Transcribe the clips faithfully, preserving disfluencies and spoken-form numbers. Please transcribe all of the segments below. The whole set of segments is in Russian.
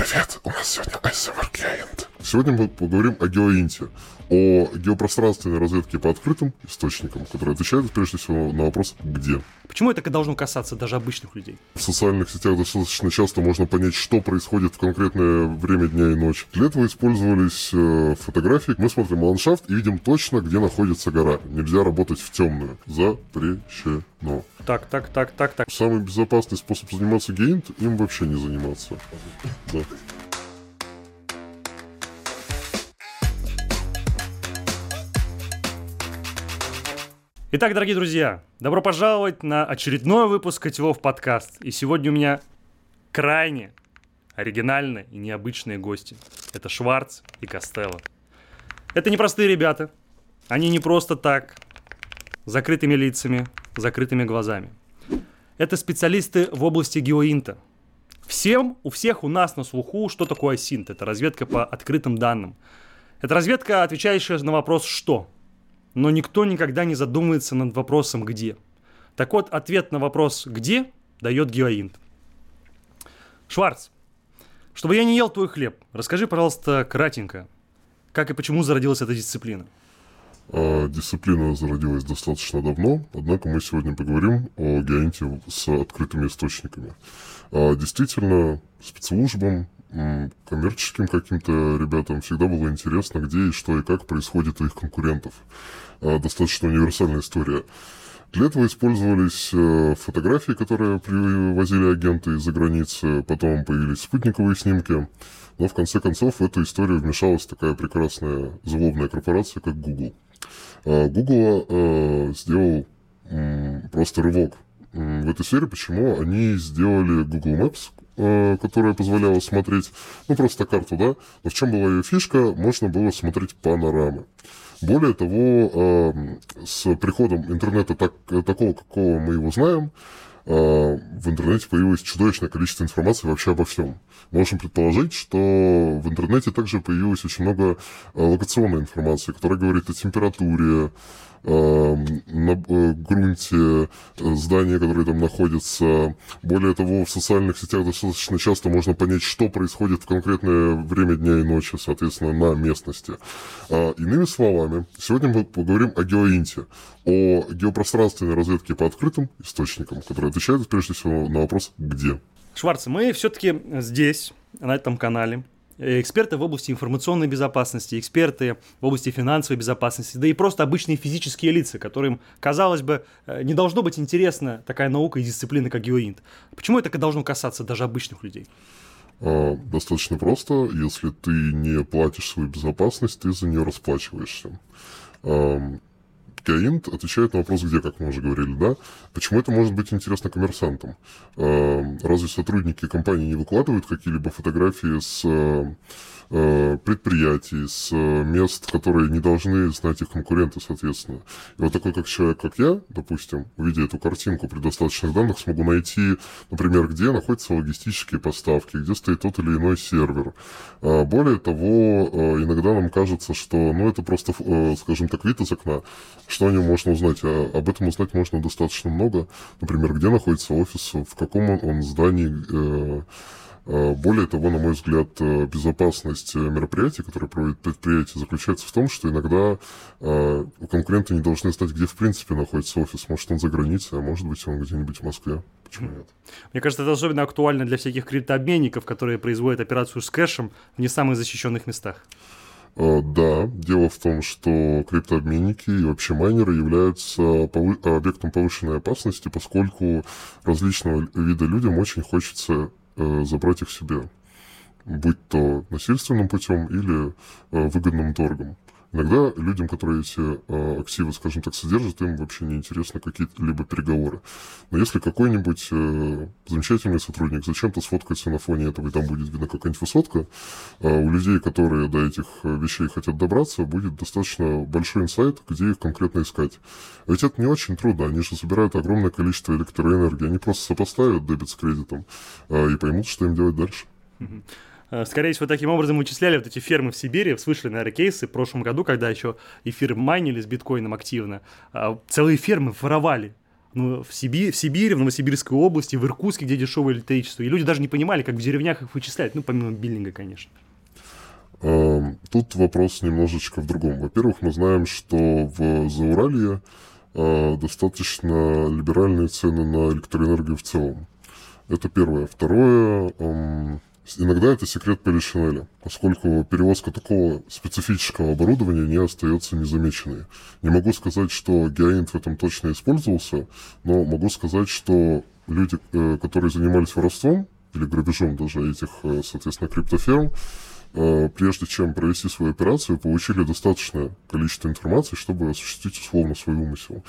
Привет, у нас сегодня эй эс эм ар-клиент. Сегодня мы поговорим о геоинте, о геопространственной разведке по открытым источникам, которые отвечают прежде всего на вопрос «где?». Почему это должно касаться даже обычных людей? В социальных сетях достаточно часто можно понять, что происходит в конкретное время дня и ночи. Для этого использовались э, фотографии. Мы смотрим ландшафт и видим точно, где находится гора. Нельзя работать в темную. Запрещено. Так, так, так, так, так. Самый безопасный способ заниматься геоинт – им вообще не заниматься. Да. Итак, дорогие друзья, добро пожаловать на очередной выпуск Котелов подкаст. И сегодня у меня крайне оригинальные и необычные гости. Это Шварц и Костелло. Это непростые ребята. Они не просто так, с закрытыми лицами, закрытыми глазами. Это специалисты в области геоинта. Всем, у всех у нас на слуху, что такое синт. Это разведка по открытым данным. Это разведка, отвечающая на вопрос «что?». Но никто никогда не задумывается над вопросом «где?». Так вот, ответ на вопрос «где?» дает геоинт. Шварц, чтобы я не ел твой хлеб, расскажи, пожалуйста, кратенько, как и почему зародилась эта дисциплина. А, дисциплина зародилась достаточно давно, однако мы сегодня поговорим о геоинте с открытыми источниками. А, действительно, спецслужбам, коммерческим каким-то ребятам всегда было интересно, где и что и как происходит у их конкурентов. А, достаточно универсальная история. Для этого использовались э, фотографии, которые привозили агенты из-за границы, потом появились спутниковые снимки, но в конце концов в эту историю вмешалась такая прекрасная злобная корпорация, как Google. А, Google э, сделал э, просто рывок э, в этой сфере. Почему? Они сделали Google Maps, которая позволяла смотреть, ну, просто карту, да, но в чем была ее фишка, можно было смотреть панорамы. Более того, с приходом интернета так, такого, какого мы его знаем, в интернете появилось чудовищное количество информации вообще обо всем. Можем предположить, что в интернете также появилось очень много локационной информации, которая говорит о температуре, на грунте здания, которые там находятся. Более того, в социальных сетях достаточно часто можно понять, что происходит в конкретное время дня и ночи, соответственно, на местности. А, иными словами, сегодня мы поговорим о геоинте, о геопространственной разведке по открытым источникам, которые отвечают прежде всего на вопрос «где?». Шварц, мы все-таки здесь, на этом канале, эксперты в области информационной безопасности, эксперты в области финансовой безопасности, да и просто обычные физические лица, которым, казалось бы, не должно быть интересна такая наука и дисциплина, как геоинт. Почему это должно касаться даже обычных людей? А, достаточно просто. Если ты не платишь свою безопасность, ты за нее расплачиваешься. А, Геоинт отвечает на вопрос «где?», как мы уже говорили, да? Почему это может быть интересно коммерсантам? Разве сотрудники компании не выкладывают какие-либо фотографии с предприятий, с мест, которые не должны знать их конкуренты, соответственно? И вот такой как человек, как я, допустим, увидя эту картинку при достаточных данных, смогу найти, например, где находятся логистические поставки, где стоит тот или иной сервер. Более того, иногда нам кажется, что, ну, это просто, скажем так, вид из окна. Что о нем можно узнать? А об этом узнать можно достаточно много. Например, где находится офис, в каком он, он здании. Более того, на мой взгляд, безопасность мероприятий, которые проводят предприятия, заключается в том, что иногда конкуренты не должны знать, где в принципе находится офис. Может, он за границей, а может быть, он где-нибудь в Москве. Почему нет? Мне кажется, это особенно актуально для всяких криптообменников, которые производят операцию с кэшем в не самых защищенных местах. Да, дело в том, что криптообменники и вообще майнеры являются повы- объектом повышенной опасности, поскольку различного вида людям очень хочется э, забрать их себе, будь то насильственным путем или э, выгодным торгом. Иногда людям, которые эти э, активы, скажем так, содержат, им вообще не интересны какие-либо переговоры. Но если какой-нибудь э, замечательный сотрудник зачем-то сфоткается на фоне этого, и там будет видна какая-нибудь высотка, э, у людей, которые до этих вещей хотят добраться, будет достаточно большой инсайт, где их конкретно искать. А ведь это не очень трудно. Они же собирают огромное количество электроэнергии. Они просто сопоставят дебет с кредитом э, и поймут, что им делать дальше. Скорее всего, таким образом вычисляли вот эти фермы в Сибири. Слышали, наверное, кейсы в прошлом году, когда еще эфиры майнили с биткоином активно. Целые фермы воровали ну, в, Сиби... в Сибири, в Новосибирской области, в Иркутске, где дешевое электричество. И люди даже не понимали, как в деревнях их вычислять. Ну, помимо биллинга, конечно. Тут вопрос немножечко в другом. Во-первых, мы знаем, что в Зауралье достаточно либеральные цены на электроэнергию в целом. Это первое. Второе, иногда это секрет Полишинеля, поскольку перевозка такого специфического оборудования не остается незамеченной. Не могу сказать, что геоинт в этом точно использовался, но могу сказать, что люди, которые занимались воровством или грабежом даже этих, соответственно, криптоферм, прежде чем провести свою операцию, получили достаточное количество информации, чтобы осуществить условно свой умысел.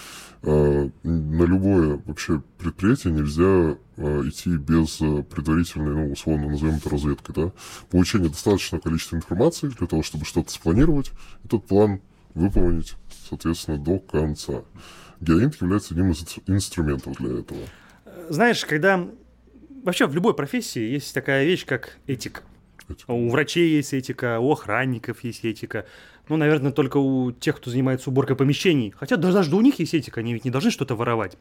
На любое вообще предприятие нельзя идти без предварительной, ну, условно назовем это разведкой, да, получение достаточного количества информации для того, чтобы что-то спланировать, этот план выполнить, соответственно, до конца. Геоинт является одним из инструментов для этого. Знаешь, когда вообще в любой профессии есть такая вещь, как этика. У врачей есть этика, у охранников есть этика. Ну, наверное, только у тех, кто занимается уборкой помещений. Хотя даже у них есть этика, они ведь не должны что-то воровать.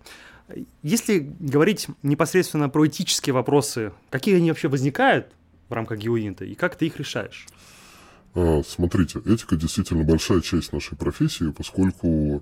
Если говорить непосредственно про этические вопросы, какие они вообще возникают в рамках геоинта и как ты их решаешь? Смотрите, этика действительно большая часть нашей профессии, поскольку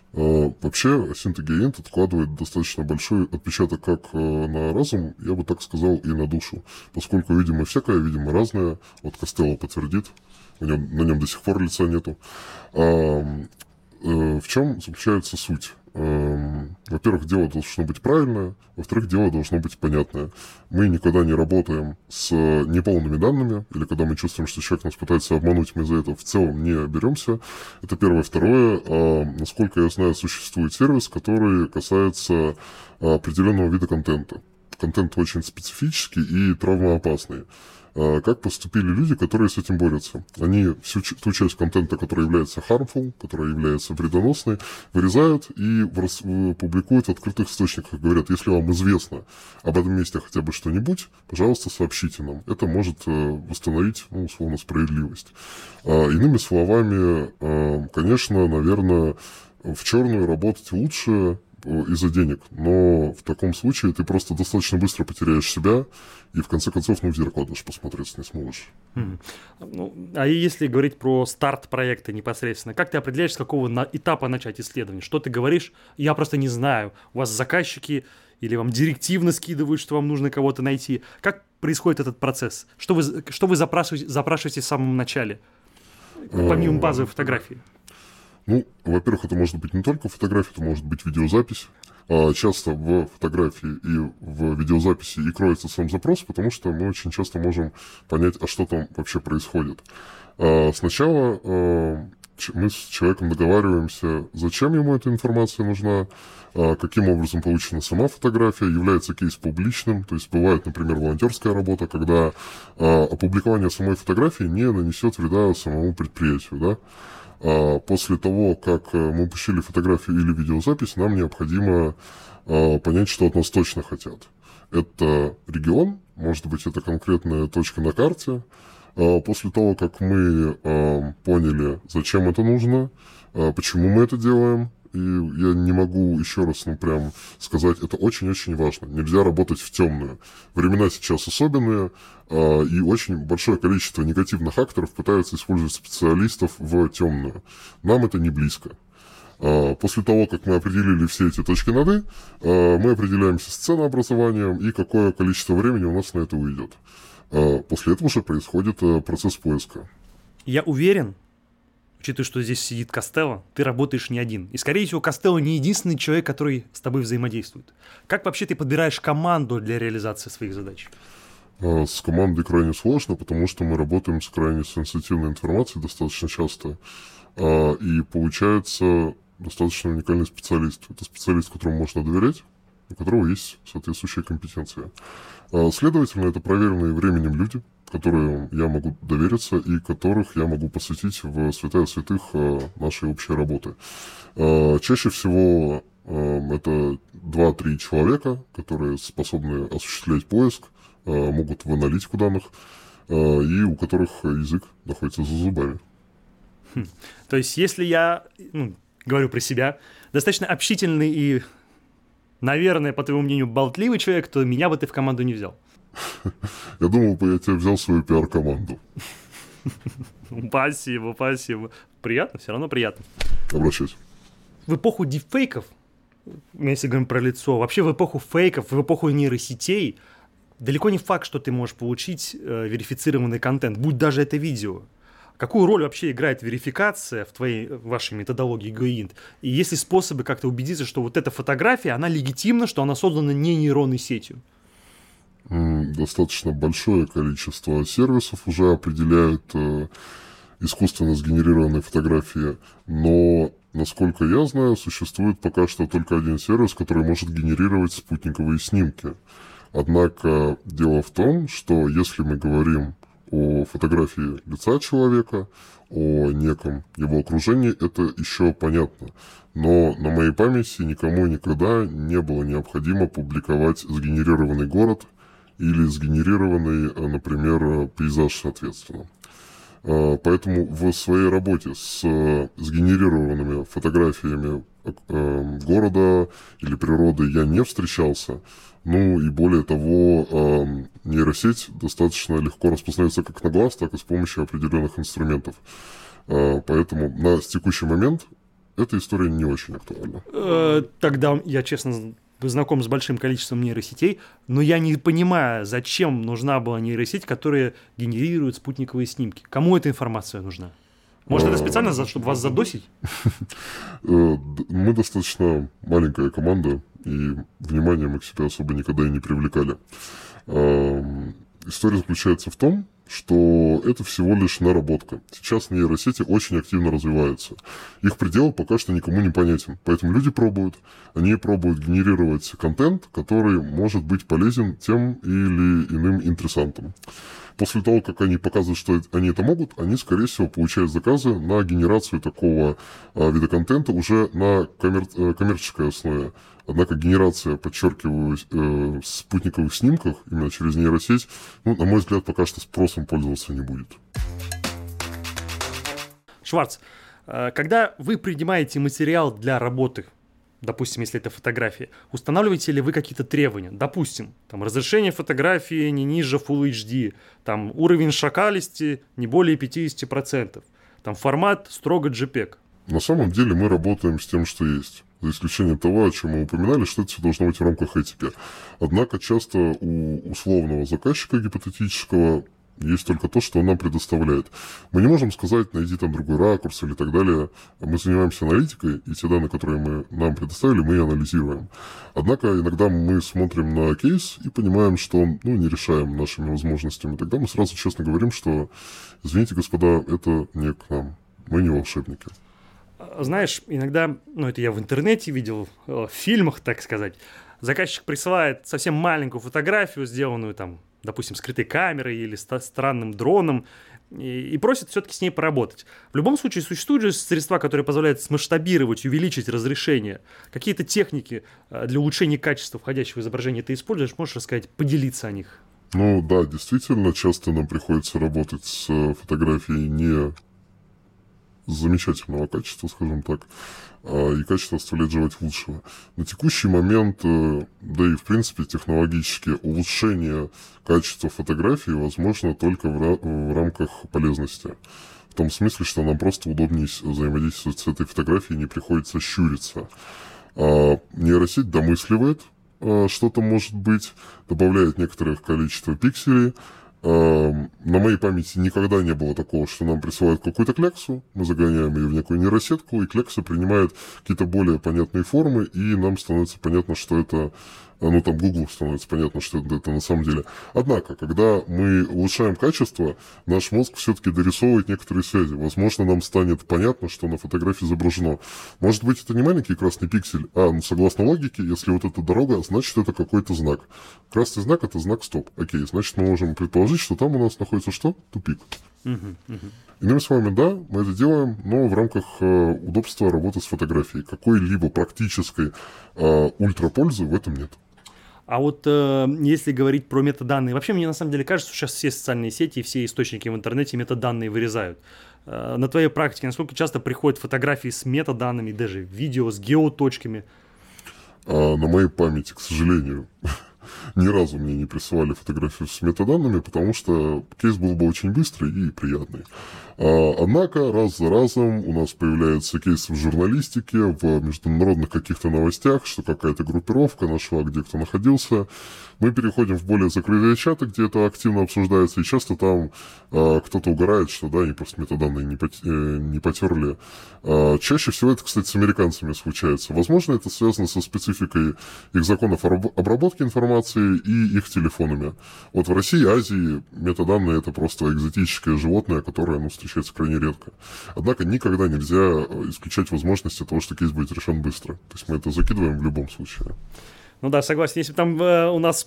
вообще синтегеоинт откладывает достаточно большой отпечаток как на разум, я бы так сказал, и на душу. Поскольку, видимо, всякое, видимо, разное. Вот Костелло подтвердит, на нем, на нем до сих пор лица нету. А, э, в чем заключается суть? Во-первых, дело должно быть правильное, во-вторых, дело должно быть понятное. Мы никогда не работаем с неполными данными, или когда мы чувствуем, что человек нас пытается обмануть, мы за это в целом не беремся. Это первое. Второе, насколько я знаю, существует сервис, который касается определенного вида контента. Контент очень специфический и травмоопасный. Как поступили люди, которые с этим борются? Они всю ту часть контента, которая является harmful, которая является вредоносной, вырезают и публикуют в открытых источниках. Говорят, если вам известно об этом месте хотя бы что-нибудь, пожалуйста, сообщите нам. Это может восстановить, ну, условно, справедливость. Иными словами, конечно, наверное, в черную работать лучше из-за денег, но в таком случае ты просто достаточно быстро потеряешь себя и в конце концов, ну, в зеркало даже посмотреться не сможешь. Mm. Ну, а если говорить про старт проекта непосредственно, как ты определяешь, с какого на- этапа начать исследование? Что ты говоришь? Я просто не знаю. У вас заказчики или вам директивно скидывают, что вам нужно кого-то найти? Как происходит этот процесс? Что вы, что вы запрашиваете, запрашиваете в самом начале, помимо базовой фотографии? Ну, во-первых, это может быть не только фотография, это может быть видеозапись. Часто в фотографии и в видеозаписи и кроется сам запрос, потому что мы очень часто можем понять, а что там вообще происходит. Сначала мы с человеком договариваемся, зачем ему эта информация нужна, каким образом получена сама фотография, является кейс публичным, то есть бывает, например, волонтерская работа, когда опубликование самой фотографии не нанесет вреда самому предприятию, да. После того, как мы пустили фотографию или видеозапись, нам необходимо понять, что от нас точно хотят. Это регион, может быть, это конкретная точка на карте. После того, как мы поняли, зачем это нужно, почему мы это делаем, и я не могу еще раз, ну, прям сказать, это очень-очень важно. Нельзя работать в темную. Времена сейчас особенные, и очень большое количество негативных акторов пытаются использовать специалистов в темную. Нам это не близко. После того, как мы определили все эти точки над «и», мы определяемся с ценообразованием и какое количество времени у нас на это уйдет. После этого уже происходит процесс поиска. Я уверен, учитывая, что здесь сидит Костелло, ты работаешь не один. И, скорее всего, Костелло не единственный человек, который с тобой взаимодействует. Как вообще ты подбираешь команду для реализации своих задач? С командой крайне сложно, потому что мы работаем с крайне сенситивной информацией достаточно часто. И получается достаточно уникальный специалист. Это специалист, которому можно доверять, у которого есть соответствующая компетенция. Следовательно, это проверенные временем люди, которым я могу довериться и которых я могу посвятить в святая святых нашей общей работы. Чаще всего это два-три человека, которые способны осуществлять поиск, могут в аналитику данных, и у которых язык находится за зубами. Хм. То есть, если я, ну, говорю про себя, достаточно общительный и наверное, по твоему мнению, болтливый человек, то меня бы ты в команду не взял. Я думал бы, я тебя взял в свою пиар-команду. Спасибо, спасибо. Приятно, все равно приятно. Обращайся. В эпоху дипфейков, если говорим про лицо, вообще в эпоху фейков, в эпоху нейросетей, далеко не факт, что ты можешь получить э, верифицированный контент, будь даже это видео. Какую роль вообще играет верификация в твоей, в вашей методологии ГОИНТ? И есть ли способы как-то убедиться, что вот эта фотография, она легитимна, что она создана не нейронной сетью? Достаточно большое количество сервисов уже определяют э, искусственно сгенерированные фотографии, но, насколько я знаю, существует пока что только один сервис, который может генерировать спутниковые снимки. Однако дело в том, что если мы говорим о фотографии лица человека, о неком его окружении, это еще понятно. Но на моей памяти никому никогда не было необходимо публиковать сгенерированный город или сгенерированный, например, пейзаж, соответственно. Поэтому в своей работе с сгенерированными фотографиями города или природы я не встречался. Ну и более того, нейросеть достаточно легко распознается как на глаз, так и с помощью определенных инструментов. Поэтому на текущий момент эта история не очень актуальна. Тогда я, честно, знаком с большим количеством нейросетей, но я не понимаю, зачем нужна была нейросеть, которая генерирует спутниковые снимки. Кому эта информация нужна? Может, это специально, чтобы вас задосить? Мы достаточно маленькая команда, и внимание мы к себе особо никогда и не привлекали. История заключается в том, что это всего лишь наработка. Сейчас нейросети очень активно развиваются. Их предел пока что никому не понятен. Поэтому люди пробуют. Они пробуют генерировать контент, который может быть полезен тем или иным интересантам. После того, как они показывают, что они это могут, они, скорее всего, получают заказы на генерацию такого а, вида контента уже на коммер- коммерческой основе. Однако генерация, подчеркиваю, э, спутниковых снимков именно через нейросеть, ну, на мой взгляд, пока что спросом пользоваться не будет. Шварц, когда вы принимаете материал для работы, допустим, если это фотография, устанавливаете ли вы какие-то требования? Допустим, там, разрешение фотографии не ниже Full эйч ди, там, уровень шакалисти не более пятьдесят процентов, там, формат строго джей-пег. На самом деле мы работаем с тем, что есть. За исключением того, о чем мы упоминали, что это все должно быть в рамках этики. Однако часто у условного заказчика гипотетического есть только то, что он нам предоставляет. Мы не можем сказать, найди там другой ракурс или так далее. Мы занимаемся аналитикой, и те данные, которые мы, нам предоставили, мы и анализируем. Однако иногда мы смотрим на кейс и понимаем, что он ну, не решаем нашими возможностями. Тогда мы сразу честно говорим, что, извините, господа, это не к нам. Мы не волшебники. Знаешь, иногда, ну это я в интернете видел, в фильмах, так сказать, заказчик присылает совсем маленькую фотографию, сделанную там, допустим, скрытой камерой или странным дроном, и, и просит все-таки с ней поработать. В любом случае, существуют же средства, которые позволяют смасштабировать, увеличить разрешение. Какие-то техники для улучшения качества входящего изображения ты используешь? Можешь рассказать, поделиться о них? Ну да, действительно, часто нам приходится работать с фотографией не замечательного качества, скажем так, и качество оставляет желать лучшего. На текущий момент, да и в принципе технологически, улучшение качества фотографии возможно только в, ра- в рамках полезности. В том смысле, что нам просто удобнее взаимодействовать с этой фотографией, не приходится щуриться. А нейросеть домысливает, что-то может быть, добавляет некоторое количество пикселей. На моей памяти никогда не было такого, что нам присылают какую-то кляксу, мы загоняем ее в некую нейросетку, и клякса принимает какие-то более понятные формы, и нам становится понятно, что это, ну там Google становится понятно, что это, это на самом деле. Однако, когда мы улучшаем качество, наш мозг все-таки дорисовывает некоторые связи. Возможно, нам станет понятно, что на фотографии изображено. Может быть, это не маленький красный пиксель, а, ну, согласно логике, если вот эта дорога, значит, это какой-то знак. Красный знак – это знак стоп. Окей, значит, мы можем предположить, что там у нас находится что? Тупик. Uh-huh, uh-huh. Иными словами, да, мы это делаем, но в рамках э, удобства работы с фотографией. Какой-либо практической э, ультрапользы в этом нет. А вот э, если говорить про метаданные, вообще мне на самом деле кажется, что сейчас все социальные сети и все источники в интернете метаданные вырезают. Э, на твоей практике насколько часто приходят фотографии с метаданными, даже видео с геоточками? А на моей памяти, к сожалению, ни разу мне не присылали фотографию с метаданными, потому что кейс был бы очень быстрый и приятный. А, однако, раз за разом у нас появляются кейсы в журналистике, в международных каких-то новостях, что какая-то группировка нашла, где кто находился. Мы переходим в более закрытые чаты, где это активно обсуждается, и часто там а, кто-то угорает, что да, они просто метаданные не, пот- э, не потерли. А, чаще всего это, кстати, с американцами случается. Возможно, это связано со спецификой их законов об- обработки информации и их телефонами. Вот в России, Азии метаданные — это просто экзотическое животное, которое, ну, встречается крайне редко. Однако никогда нельзя исключать возможности того, что кейс будет решен быстро. То есть мы это закидываем в любом случае. Ну да, согласен. Если бы там э, у нас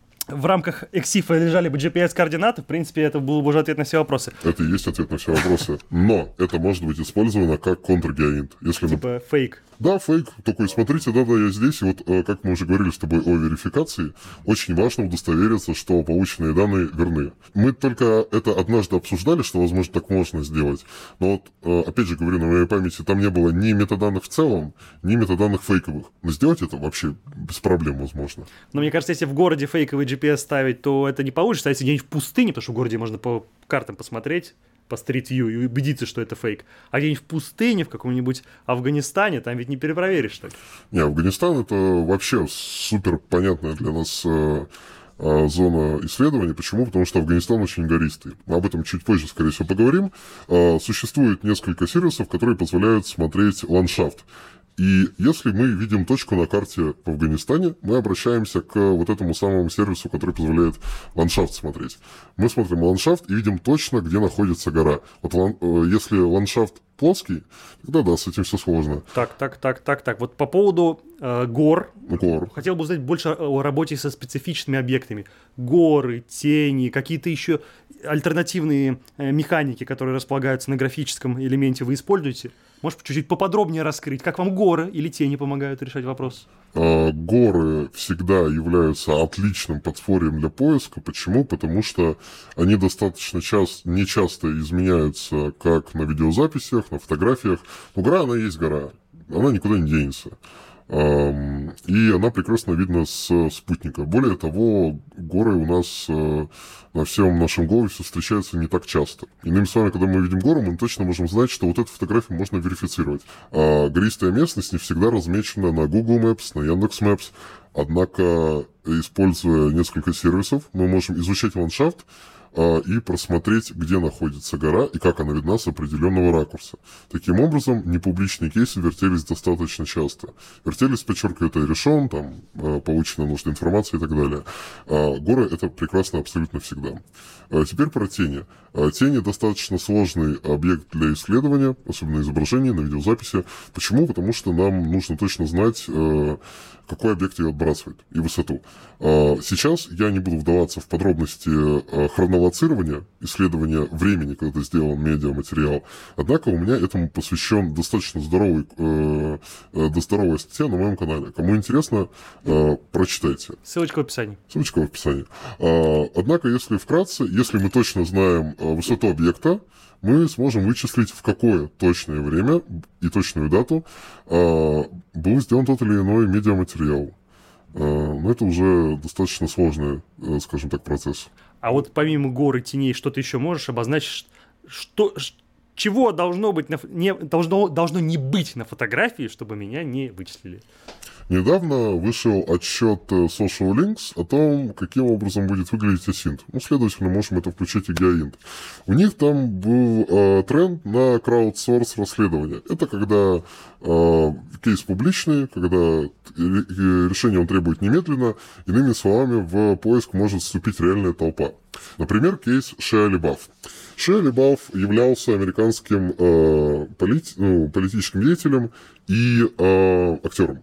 в рамках эксифа лежали бы джи пи эс-координаты, в принципе, это был бы уже ответ на все вопросы. Это и есть ответ на все вопросы. Но это может быть использовано как контргеоинт. Если Типа мы... фейк. Да, фейк. Такой, смотрите, да-да, я здесь. И вот, э, как мы уже говорили с тобой о верификации, очень важно удостовериться, что полученные данные верны. Мы только это однажды обсуждали, что, возможно, так можно сделать. Но вот, э, опять же говорю, на моей памяти там не было ни метаданных в целом, ни метаданных фейковых. Но сделать это вообще без проблем возможно. Но мне кажется, если в городе фейковый джи пи эс ставить, то это не получится. А если где-нибудь в пустыне, потому что в городе можно по картам посмотреть, по стрит-вью и убедиться, что это фейк. А где-нибудь в пустыне, в каком-нибудь Афганистане, там ведь не перепроверишь так. Не, Афганистан — это вообще супер понятная для нас э, э, зона исследования. Почему? Потому что Афганистан очень гористый. Мы об этом чуть позже, скорее всего, поговорим. Э, существует несколько сервисов, которые позволяют смотреть ландшафт. И если мы видим точку на карте в Афганистане, мы обращаемся к вот этому самому сервису, который позволяет ландшафт смотреть. Мы смотрим ландшафт и видим точно, где находится гора. Вот лан- если ландшафт плоский, тогда да, с этим все сложно. Так, так, так, так, так. Вот по поводу э, гор. Гор. Хотел бы узнать больше о работе со специфичными объектами. Горы, тени, какие-то еще альтернативные э, механики, которые располагаются на графическом элементе, вы используете? Может, чуть-чуть поподробнее раскрыть, как вам горы или тени помогают решать вопрос? А, горы всегда являются отличным подспорьем для поиска. Почему? Потому что они достаточно часто, не часто изменяются как на видеозаписях, на фотографиях. Но гора, она есть гора. Она никуда не денется. И она прекрасно видна с спутника. Более того, горы у нас на всем нашем глобусе встречаются не так часто. Иными словами, когда мы видим гору, мы точно можем знать, что вот эту фотографию можно верифицировать. А гористая местность не всегда размечена на Google Maps, на Яндекс.Maps. Однако, используя несколько сервисов, мы можем изучать ландшафт и просмотреть, где находится гора и как она видна с определенного ракурса. Таким образом, непубличные кейсы вертелись достаточно часто. Вертелись, подчеркиваю, это решен, там, получена нужная информация и так далее. А горы — это прекрасно абсолютно всегда. А теперь про тени. Тени — достаточно сложный объект для исследования, особенно изображения на видеозаписи. Почему? Потому что нам нужно точно знать, какой объект ее отбрасывает и высоту. Сейчас я не буду вдаваться в подробности хронолоцирования, исследования времени, когда сделан медиаматериал. Однако у меня этому посвящен достаточно здоровый, э, здоровая статья на моем канале. Кому интересно, э, прочитайте. Ссылочка в описании. Ссылочка в описании. А, однако, если вкратце, если мы точно знаем высоту объекта, мы сможем вычислить, в какое точное время и точную дату а, был сделан тот или иной медиаматериал. А, но это уже достаточно сложный, скажем так, процесс. А вот помимо гор и теней, что ты еще можешь обозначить, что, чего должно быть на, не, должно, должно не быть на фотографии, чтобы меня не вычислили? Недавно вышел отчет Social Links о том, каким образом будет выглядеть асинт. Ну, следовательно, можем это включить и геоинт. У них там был э, тренд на краудсорс расследование. Это когда э, кейс публичный, когда решение он требует немедленно. Иными словами, в поиск может вступить реальная толпа. Например, кейс Шиа Либаф. Шиа Либаф являлся американским э, полит, ну, политическим деятелем и э, актером.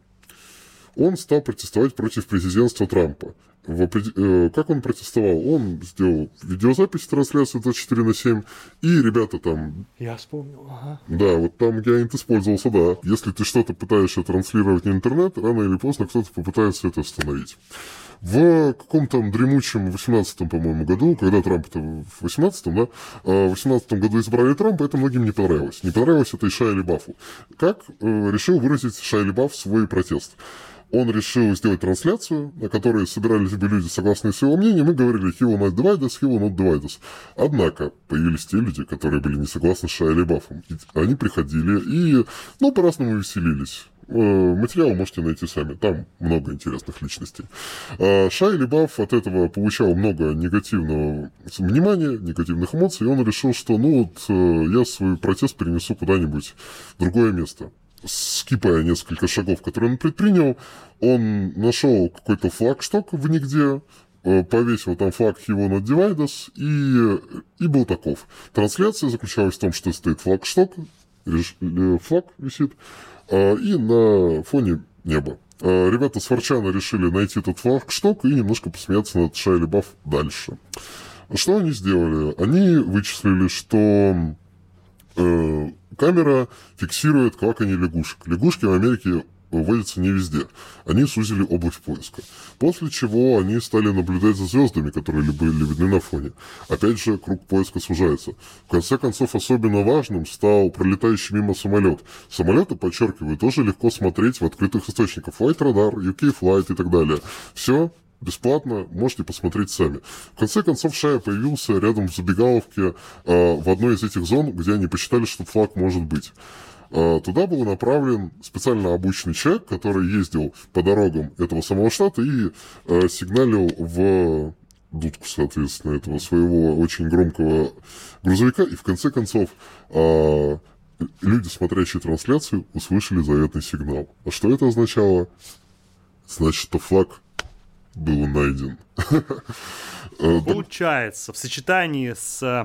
Он стал протестовать против президентства Трампа. В, э, как он протестовал? Он сделал видеозапись трансляции двадцать четыре на семь, и ребята там... Я вспомнил, ага. Да, вот там геоинт использовался, да. Если ты что-то пытаешься транслировать на интернет, рано или поздно кто-то попытается это остановить. В каком-то дремучем восемнадцатом, по-моему, году, когда Трамп-то в восемнадцатом, да, в восемнадцатом году избрали Трампа, это многим не понравилось. Не понравилось это и Шиа Либафу. Как э, решил выразить Шиа Либаф свой протест? Он решил сделать трансляцию, на которой собирались бы люди, согласные с его мнением, и говорили «he will not divide us, he will not divide us». Однако появились те люди, которые были не согласны с Шайей Лебафом. Они приходили и, ну, по-разному веселились. Материал можете найти сами, там много интересных личностей. Шайя Лебаф от этого получал много негативного внимания, негативных эмоций, и он решил, что ну вот я свой протест перенесу куда-нибудь в другое место. Скипая несколько шагов, которые он предпринял, он нашел какой-то флагшток в нигде, повесил там флаг «He will not divide us» и, и был таков. Трансляция заключалась в том, что стоит флагшток, флаг висит, и на фоне неба. Ребята с Форчана решили найти этот флагшток и немножко посмеяться над Шайей Лебаф дальше. Что они сделали? Они вычислили, что э, камера фиксирует кваканье лягушек. Лягушки в Америке вводятся не везде. Они сузили область поиска. После чего они стали наблюдать за звездами, которые были видны на фоне. Опять же, круг поиска сужается. В конце концов, особенно важным стал пролетающий мимо самолет. Самолеты, подчеркиваю, тоже легко смотреть в открытых источниках. Flight Radar, ю кей Flight и так далее. Все бесплатно, можете посмотреть сами. В конце концов, Шайя появился рядом в забегаловке э, в одной из этих зон, где они посчитали, что флаг может быть. Туда был направлен специально обученный человек, который ездил по дорогам этого самого штата и э, сигналил в дудку, соответственно, этого своего очень громкого грузовика. И в конце концов э, люди, смотрящие трансляцию, услышали заветный сигнал. А что это означало? Значит, что флаг был найден. Получается, в сочетании с...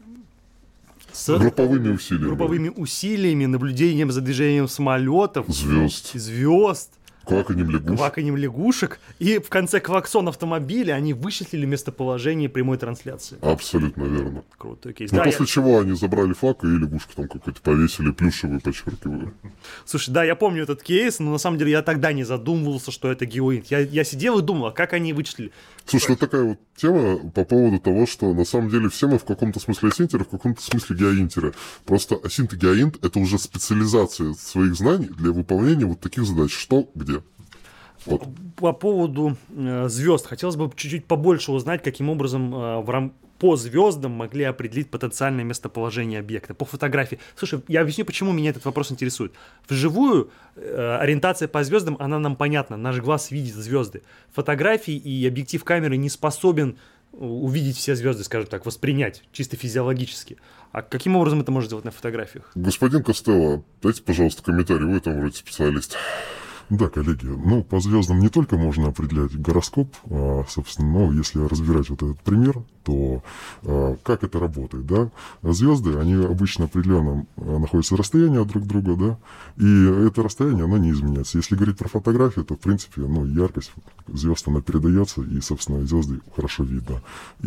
С групповыми усилиями. Групповыми усилиями, наблюдением за движением самолетов, звезд, звезд кваканьем лягушек. кваканьем лягушек. И в конце клаксон автомобиля они вычислили местоположение прямой трансляции. Абсолютно верно. Крутой кейс. Но Да, после я... чего они забрали флаг и лягушку там какой-то повесили, плюшевую, подчеркиваю. Слушай, да, я помню этот кейс, но на самом деле я тогда не задумывался, что это геоинт. Я, я сидел и думал, а как они вычислили? Слушай, это такая вот тема по поводу того, что на самом деле все мы в каком-то смысле асинтеры, в каком-то смысле геоинтеры. Просто асинт и геоинт — это уже специализация своих знаний для выполнения вот таких задач. Что, где. Вот. По поводу э, звезд. Хотелось бы чуть-чуть побольше узнать, каким образом э, в рам... по звездам могли определить потенциальное местоположение объекта. По фотографии. Слушай, я объясню, почему меня этот вопрос интересует. Вживую э, ориентация по звездам, она нам понятна. Наш глаз видит звезды. Фотографии и объектив камеры не способен увидеть все звезды, скажем так, воспринять чисто физиологически. А каким образом это можно сделать на фотографиях? Господин Костелло, дайте, пожалуйста, комментарий. Вы там вроде специалист. Да, коллеги, ну, по звездам не только можно определять гороскоп, а, собственно, но если разбирать вот этот пример, то а, как это работает, да? Звезды, они обычно определенно находятся в расстоянии от друг друга, да, и это расстояние, оно не изменяется. Если говорить про фотографию, то, в принципе, ну, яркость звезд, она передается, и, собственно, звезды хорошо видно.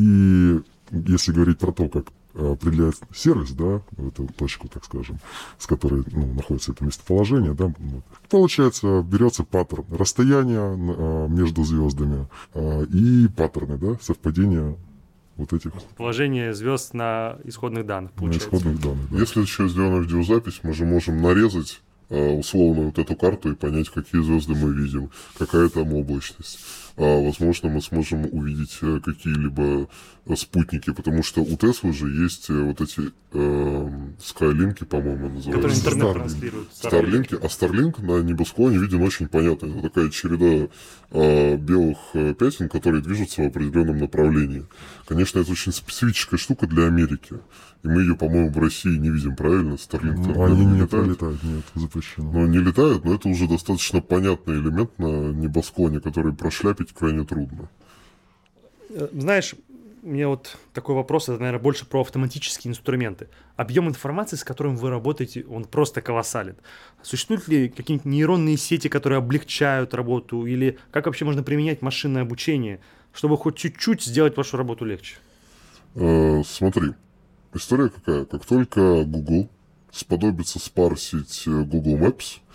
И если говорить про то, как определяет сервис, да, эту точку, так скажем, с которой ну, находится это местоположение, да, получается, берется паттерн расстояния а, между звездами а, и паттерны, да, совпадения вот этих... Положение звезд на исходных данных, получается. На исходных данных, да. Если еще сделана видеозапись, мы же можем нарезать а, условно вот эту карту и понять, какие звезды мы видим, какая там облачность. А, возможно, мы сможем увидеть а, какие-либо а, спутники, потому что у Теслы же есть а, вот эти а, Skylink, по-моему, называются. Которые интернет Starlink. транслируют. Старлинки, а Starlink на небосклоне виден очень понятно. Это такая череда а, белых а, пятен, которые движутся в определенном направлении. Конечно, это очень специфическая штука для Америки. И мы ее, по-моему, в России не видим, правильно? Starlink Ну, они не летают. летают, нет, запрещено. Но они летают, но это уже достаточно понятный элемент на небосклоне, который прошляпить крайне трудно. Знаешь, у меня вот такой вопрос, это, наверное, больше про автоматические инструменты. Объем информации, с которым вы работаете, он просто колоссален. Существуют ли какие-нибудь нейронные сети, которые облегчают работу? Или как вообще можно применять машинное обучение, чтобы хоть чуть-чуть сделать вашу работу легче? Э, смотри, история какая. Как только Google сподобится спарсить Google Maps,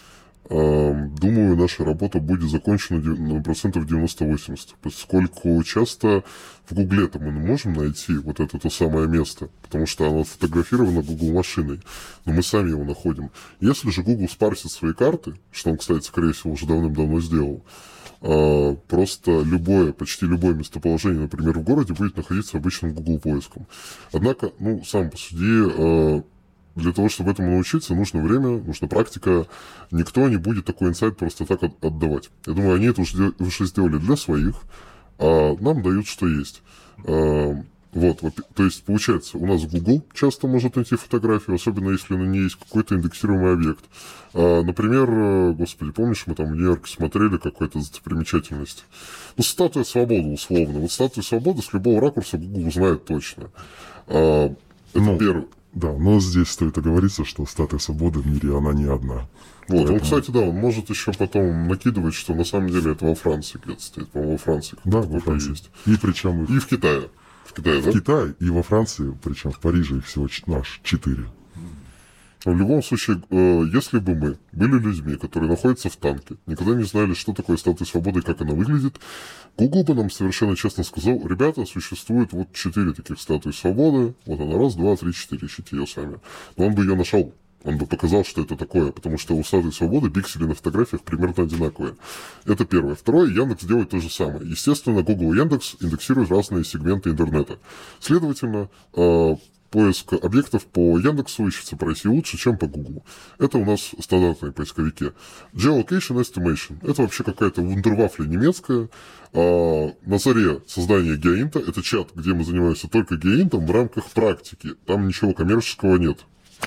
думаю, наша работа будет закончена на процентов девяносто-восемьдесят, поскольку часто в Гугле-то мы не можем найти вот это то самое место, потому что оно сфотографировано Google машиной, но мы сами его находим. Если же Google спарсит свои карты, что он, кстати, скорее всего, уже давным-давно сделал, просто любое, почти любое местоположение, например, в городе будет находиться обычным Google поиском. Однако, ну, сам посуди, для того, чтобы этому научиться, нужно время, нужна практика. Никто не будет такой инсайт просто так отдавать. Я думаю, они это уже, уже сделали для своих, а нам дают, что есть. Вот, то есть, получается, у нас Google часто может найти фотографию, особенно если на ней есть какой-то индексируемый объект. Например, господи, помнишь, мы там в Нью-Йорке смотрели какую-то достопримечательность? Ну, статуя свободы, условно. Вот статуя свободы с любого ракурса Google знает точно. Это ну, первый. Да, но здесь стоит оговориться, что статуя свободы в мире, она не одна. Вот, поэтому... он, кстати, да, он может еще потом накидывать, что на самом деле это во Франции где-то стоит, по-моему, во Франции. Да, во Франции. Есть. И причем... И в Китае. В Китае, в да? Китае и во Франции, причем в Париже их всего наш четыре. В любом случае, если бы мы были людьми, которые находятся в танке, никогда не знали, что такое статуя свободы и как она выглядит, Google бы нам совершенно честно сказал: ребята, существует вот четыре таких статуи свободы, вот она, раз, два, три, четыре, ищите ее сами. Но он бы ее нашел, он бы показал, что это такое, потому что у статуи свободы пиксели на фотографиях примерно одинаковые. Это первое. Второе, Яндекс делает то же самое. Естественно, Google и Яндекс индексируют разные сегменты интернета. Следовательно, поиск объектов по Яндексу ищется по России лучше, чем по Google. Это у нас стандартные поисковики. Geolocation Estimation. Это вообще какая-то вундервафля немецкая. А на заре создания Геоинта, это чат, где мы занимаемся только Геоинтом в рамках практики. Там ничего коммерческого нет.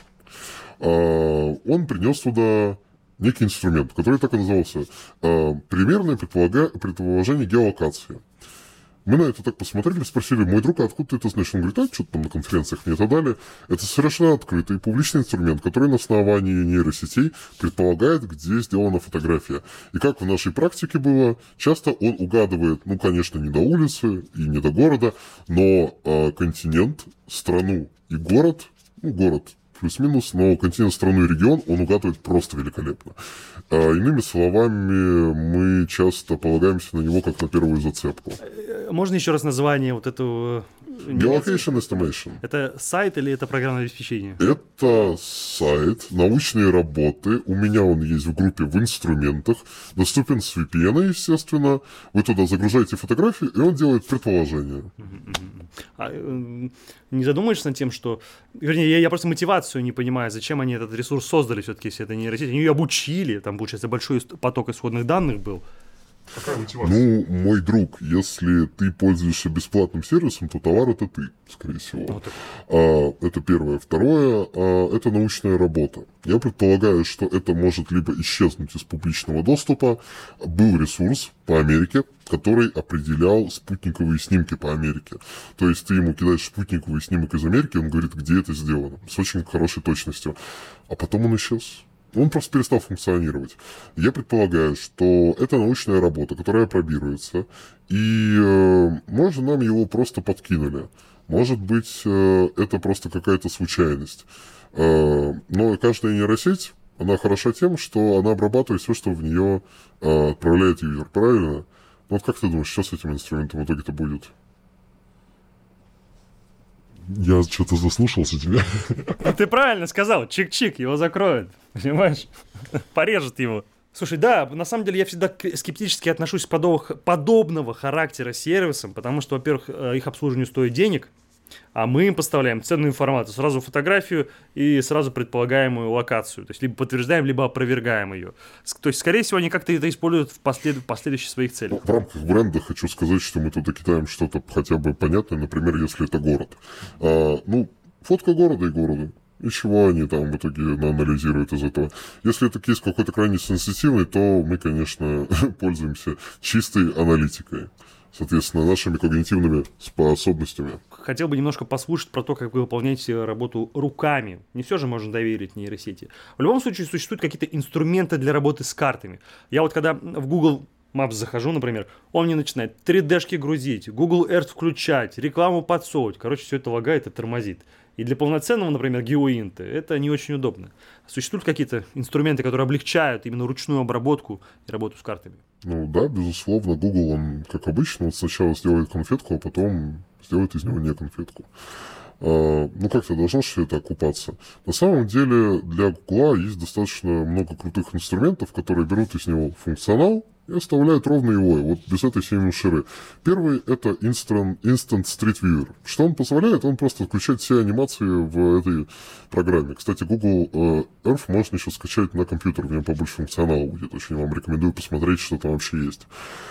А он принес туда некий инструмент, который так и назывался. А примерное предполага... предположение геолокации. Мы на это так посмотрели, спросили: мой друг, а откуда ты это знаешь? Он говорит: а что-то там на конференциях мне это дали. Это совершенно открытый публичный инструмент, который на основании нейросетей предполагает, где сделана фотография. И как в нашей практике было, часто он угадывает, ну, конечно, не до улицы и не до города, но э, континент, страну и город, ну, город плюс-минус, но континент, страну и регион он угадывает просто великолепно. А, иными словами, мы часто полагаемся на него как на первую зацепку. Можно еще раз название вот этого... Geolocation Estimation. Это сайт или это программное обеспечение? Это сайт, научные работы. У меня он есть в группе в инструментах. Доступен с ви пи эн, естественно. Вы туда загружаете фотографию, и он делает предположение. А, не задумаешься над тем, что... Вернее, я, я просто мотивацию не понимаю, зачем они этот ресурс создали все-таки, если это нейросеть. Они ее обучили, там, получается, большой поток исходных данных был. Какая мотивация? Ну, мой друг, если ты пользуешься бесплатным сервисом, то товар это ты, скорее всего. Вот а, это первое. Второе, а, это научная работа. Я предполагаю, что это может либо исчезнуть из публичного доступа. Был ресурс по Америке, который определял спутниковые снимки по Америке. То есть ты ему кидаешь спутниковый снимок из Америки, он говорит, где это сделано. С очень хорошей точностью. А потом он исчез. Он просто перестал функционировать. Я предполагаю, что это научная работа, которая апробируется, и, э, может, нам его просто подкинули. Может быть, э, это просто какая-то случайность. Э, но каждая нейросеть, она хороша тем, что она обрабатывает все, что в нее э, отправляет юзер, правильно? Ну, вот как ты думаешь, что с этим инструментом в итоге-то будет? Я что-то заслушался тебя. Ты правильно сказал, чик-чик, его закроют, понимаешь? Порежут его. Слушай, да, на самом деле я всегда скептически отношусь к подобного, подобного характера сервисам, потому что, во-первых, их обслуживание стоит денег, а мы им поставляем ценную информацию, сразу фотографию и сразу предполагаемую локацию. То есть либо подтверждаем, либо опровергаем ее. То есть, скорее всего, они как-то это используют в послед... последующих своих целях. В рамках бренда хочу сказать, что мы туда кидаем что-то хотя бы понятное, например, если это город. А, ну, фотка города и города. И чего они там в итоге анализируют из этого. Если это кейс какой-то крайне сенситивный, то мы, конечно, пользуемся чистой аналитикой. Соответственно, нашими когнитивными способностями. Хотел бы немножко послушать про то, как вы выполняете работу руками. Не все же можно доверить нейросети. В любом случае, существуют какие-то инструменты для работы с картами. Я вот когда в Google Maps захожу, например, он мне начинает три дэ-шки грузить, Google Earth включать, рекламу подсовывать. Короче, все это лагает и тормозит. И для полноценного, например, геоинта это не очень удобно. Существуют какие-то инструменты, которые облегчают именно ручную обработку и работу с картами? Ну да, безусловно, Google, он, как обычно, он сначала сделает конфетку, а потом сделает из него не конфетку. А, ну как-то должно все это окупаться. На самом деле для Google есть достаточно много крутых инструментов, которые берут из него функционал и оставляют ровно его, вот без этой всей мишуры. Первый — это Instant, Instant Street Viewer. Что он позволяет? Он просто включает все анимации в этой программе. Кстати, Google э, Earth можно еще скачать на компьютер, в нем побольше функционала будет. Очень вам рекомендую посмотреть, что там вообще есть.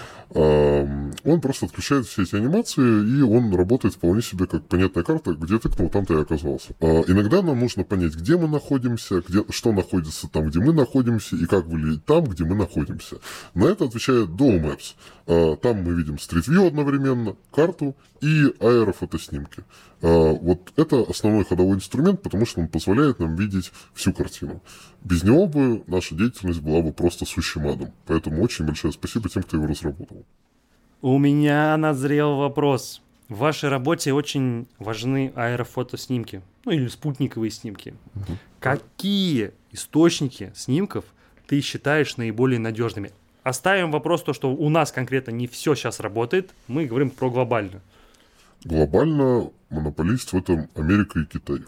Он просто отключает все эти анимации, и он работает вполне себе как понятная карта, где тыкнул, там ты и оказался. Иногда нам нужно понять, где мы находимся, где, что находится там, где мы находимся, и как выглядит там, где мы находимся. На это отвечает Dual Maps. Там мы видим Street View одновременно, карту и аэрофотоснимки. Вот это основной ходовой инструмент, потому что он позволяет нам видеть всю картину. Без него бы наша деятельность была бы просто сущим адом. Поэтому очень большое спасибо тем, кто его разработал. У меня назрел вопрос. В вашей работе очень важны аэрофотоснимки, ну или спутниковые снимки. Угу. Какие источники снимков ты считаешь наиболее надежными? Оставим вопрос, то, что у нас конкретно не все сейчас работает, мы говорим про глобально. Глобально монополист в этом Америка и Китай.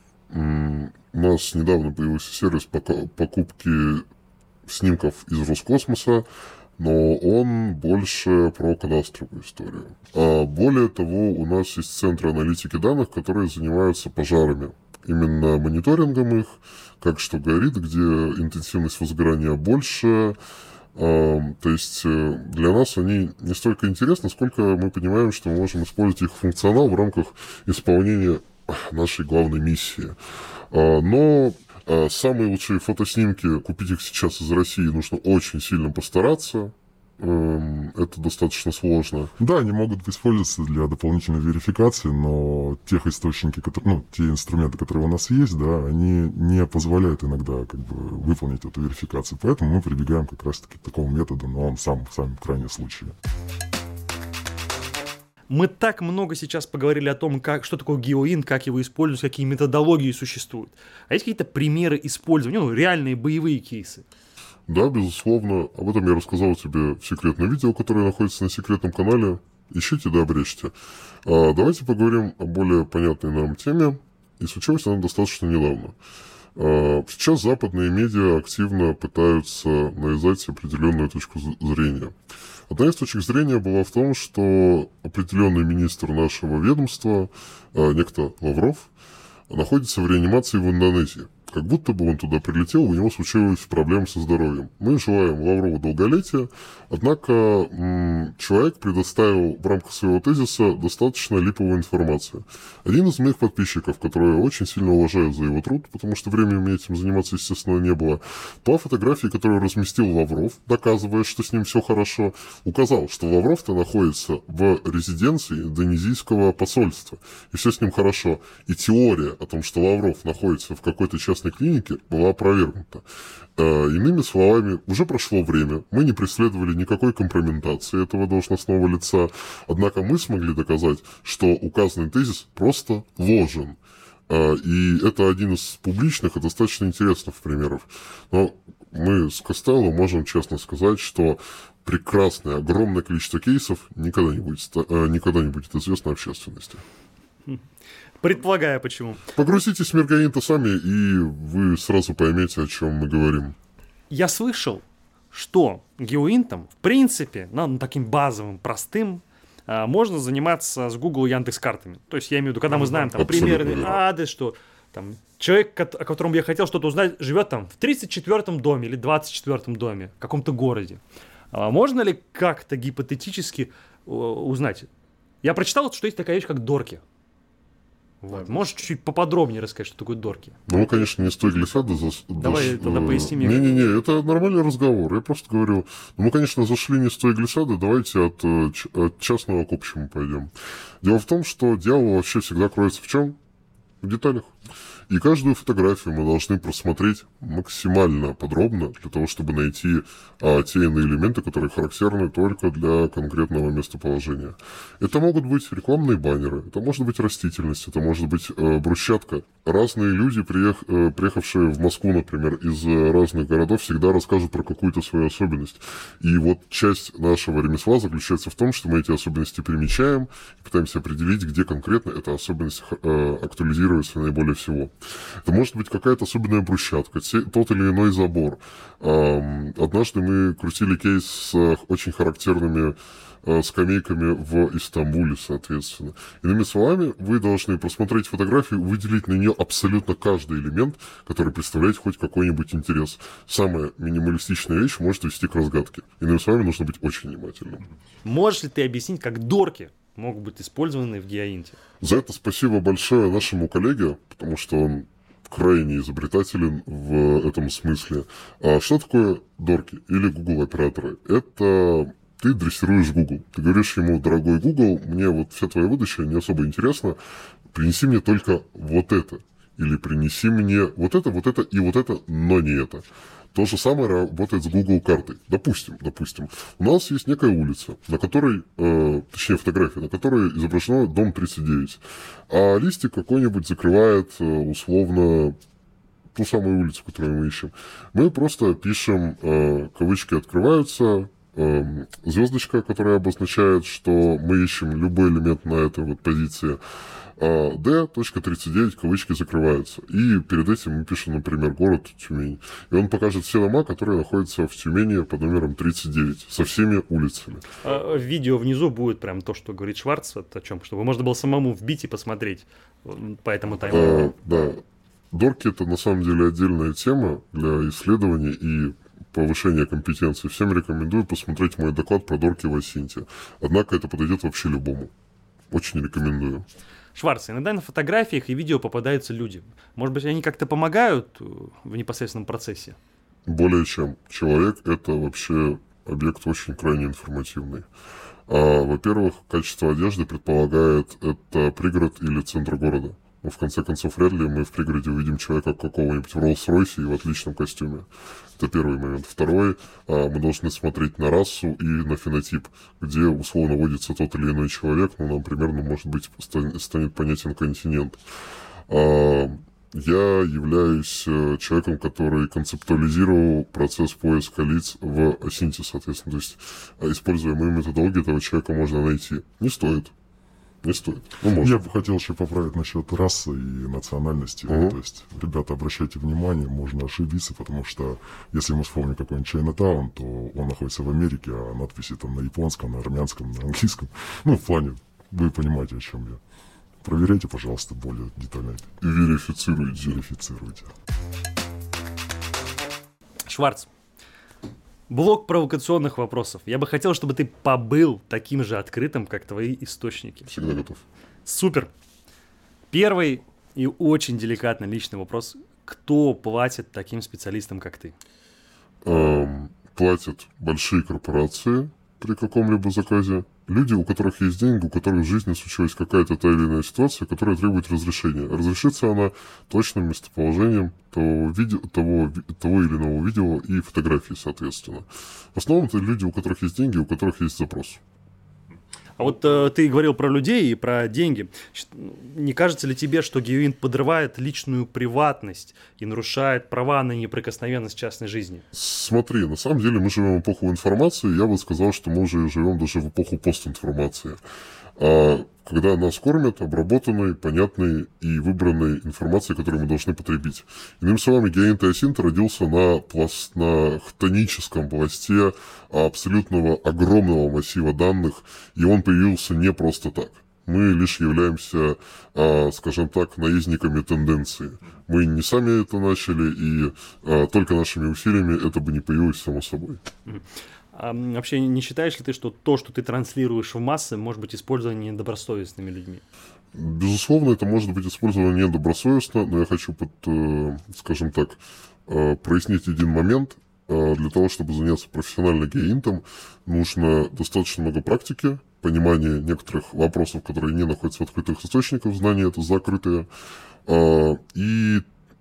У нас недавно появился сервис покупки снимков из Роскосмоса, но он больше про кадастровую историю. А более того, у нас есть центры аналитики данных, которые занимаются пожарами. Именно мониторингом их, как что горит, где интенсивность возгорания больше. То есть для нас они не столько интересны, сколько мы понимаем, что мы можем использовать их функционал в рамках исполнения нашей главной миссии. Но самые лучшие фотоснимки, купить их сейчас из России нужно очень сильно постараться. Это достаточно сложно. Да, они могут использоваться для дополнительной верификации, но тех источники, которые, ну, те инструменты, которые у нас есть, да, они не позволяют иногда как бы выполнить эту верификацию. Поэтому мы прибегаем как раз-таки к такому методу, но он сам в самом крайнем случае. Мы так много сейчас поговорили о том, как, что такое геоинт, как его используют, какие методологии существуют. А есть какие-то примеры использования, ну, реальные боевые кейсы? Да, безусловно. Об этом я рассказал тебе в секретном видео, которое находится на секретном канале. Ищите да обрежьте. А давайте поговорим о более понятной нам теме. И случилось она достаточно недавно. А сейчас западные медиа активно пытаются навязать определенную точку зрения. Одна из точек зрения была в том, что определенный министр нашего ведомства, некто Лавров, находится в реанимации в Индонезии. Как будто бы он туда прилетел, у него случились проблемы со здоровьем. Мы желаем Лаврову долголетия, однако м- человек предоставил в рамках своего тезиса достаточно липовую информацию. Один из моих подписчиков, который очень сильно уважаю за его труд, потому что времени мне этим заниматься, естественно, не было, по фотографии, которую разместил Лавров, доказывая, что с ним все хорошо, указал, что Лавров-то находится в резиденции индонезийского посольства, и все с ним хорошо. И теория о том, что Лавров находится в какой-то частной клинике, была опровергнута. Э, иными словами, уже прошло время, мы не преследовали никакой компрометации этого должностного лица, однако мы смогли доказать, что указанный тезис просто ложен. Э, и это один из публичных и достаточно интересных примеров. Но мы с Костелло можем честно сказать, что прекрасное, огромное количество кейсов никогда не будет, э, никогда не будет известно общественности. Предполагаю, почему. Погрузитесь в мир геоинта сами, и вы сразу поймете, о чем мы говорим. Я слышал, что геоинтом, в принципе, ну, таким базовым, простым, можно заниматься с Google и Яндекс.Картами. То есть я имею в виду, когда мы знаем там примерный верно. адрес, что там человек, о котором я хотел что-то узнать, живет там в тридцать четвёртом доме или двадцать четвёртом доме, в каком-то городе. Можно ли как-то гипотетически узнать? Я прочитал, что есть такая вещь, как дорки. Вот. Можешь чуть-чуть поподробнее рассказать, что такое дорки? Ну, конечно, не с той глиссады. За... Давай до... тогда поясни мне. Не-не-не, это нормальный разговор. Я просто говорю, ну, мы, конечно, зашли не с той глиссады, давайте от, от частного к общему пойдем. Дело в том, что дьявол вообще всегда кроется в чем? в деталях. И каждую фотографию мы должны просмотреть максимально подробно, для того, чтобы найти а, те иные элементы, которые характерны только для конкретного местоположения. Это могут быть рекламные баннеры, это может быть растительность, это может быть э, брусчатка. Разные люди, приех, э, приехавшие в Москву, например, из э, разных городов, всегда расскажут про какую-то свою особенность. И вот часть нашего ремесла заключается в том, что мы эти особенности примечаем и пытаемся определить, где конкретно эта особенность э, актуализируется наиболее всего. Это может быть какая-то особенная брусчатка, тот или иной забор. Однажды мы крутили кейс с очень характерными скамейками в Истамбуле, соответственно. Иными словами, вы должны просмотреть фотографию, выделить на нее абсолютно каждый элемент, который представляет хоть какой-нибудь интерес. Самая минималистичная вещь может вести к разгадке. Иными словами, нужно быть очень внимательным. Можешь ли ты объяснить, как дорки могут быть использованы в Геоинте? За это спасибо большое нашему коллеге, потому что он крайне изобретателен в этом смысле. А что такое дорки или Google-операторы? Это ты дрессируешь Google. Ты говоришь ему: дорогой Google, мне вот вся твоя выдача не особо интересна, принеси мне только вот это. Или принеси мне вот это, вот это и вот это, но не это. То же самое работает с Google картой. Допустим, допустим, у нас есть некая улица, на которой, э, точнее фотография, на которой изображено дом тридцать девять, а листик какой-нибудь закрывает э, условно ту самую улицу, которую мы ищем. Мы просто пишем, э, кавычки открываются, э, звездочка, которая обозначает, что мы ищем любой элемент на этой вот позиции, D тридцать девять, кавычки закрываются. И перед этим мы пишем, например, город Тюмень. И он покажет все дома, которые находятся в Тюмени под номером тридцать девять, со всеми улицами. А, видео внизу будет прям то, что говорит Шварц, о чем, чтобы можно было самому вбить и посмотреть по этому таймлайну. А, да. Дорки — это на самом деле отдельная тема для исследований и повышения компетенции. Всем рекомендую посмотреть мой доклад про дорки в Асинте. Однако это подойдет вообще любому. Очень рекомендую. Шварц, иногда на фотографиях и видео попадаются люди. Может быть, они как-то помогают в непосредственном процессе? Более чем. Человек — это вообще объект очень крайне информативный. А, во-первых, качество одежды предполагает это пригород или центр города. Но в конце концов, вряд ли мы в пригороде увидим человека какого-нибудь в Роллс-Ройсе и в отличном костюме. Это первый момент. Второй, мы должны смотреть на расу и на фенотип, где условно водится тот или иной человек, ну, нам примерно, может быть, станет понятен континент. Я являюсь человеком, который концептуализировал процесс поиска лиц в Асинте, соответственно. То есть, используя мою методологию, этого человека можно найти. Не стоит. Не стоит. Ну, я бы хотел еще поправить насчет расы и национальности. Uh-huh. То есть, ребята, обращайте внимание, можно ошибиться, потому что если мы вспомним какой-нибудь Чайнатаун, то он находится в Америке, а надписи там на японском, на армянском, на английском. Ну, в плане, вы понимаете, о чем я. Проверяйте, пожалуйста, более детально. И верифицируйте. Верифицируйте. Шварц. Блок провокационных вопросов. Я бы хотел, чтобы ты побыл таким же открытым, как твои источники. Всегда готов. Супер. Первый и очень деликатный личный вопрос. Кто платит таким специалистам, как ты? Эм, платят большие корпорации при каком-либо заказе. Люди, у которых есть деньги, у которых в жизни случилась какая-то та или иная ситуация, которая требует разрешения. Разрешится она точным местоположением того, видео, того, того или иного видео и фотографии, соответственно. В основном это люди, у которых есть деньги, у которых есть запрос. А вот э, ты говорил про людей и про деньги. Не кажется ли тебе, что Геоинт подрывает личную приватность и нарушает права на неприкосновенность частной жизни? Смотри, на самом деле мы живем в эпоху информации. Я бы сказал, что мы уже живем даже в эпоху постинформации. А когда нас кормят обработанной, понятной и выбранной информацией, которую мы должны потребить. Иными словами, Геоинт и Асинт родился на, пласт, на хтоническом пласте абсолютного огромного массива данных, и он появился не просто так. Мы лишь являемся, а, скажем так, наездниками тенденции. Мы не сами это начали, и а, только нашими усилиями это бы не появилось само собой. А вообще не считаешь ли ты, что то, что ты транслируешь в массы, может быть использовано недобросовестными людьми? Безусловно, это может быть использовано недобросовестно, но я хочу, под, скажем так, прояснить один момент. Для того, чтобы заняться профессионально геоинтом, нужно достаточно много практики, понимания некоторых вопросов, которые не находятся в открытых источниках, знания это закрытые. И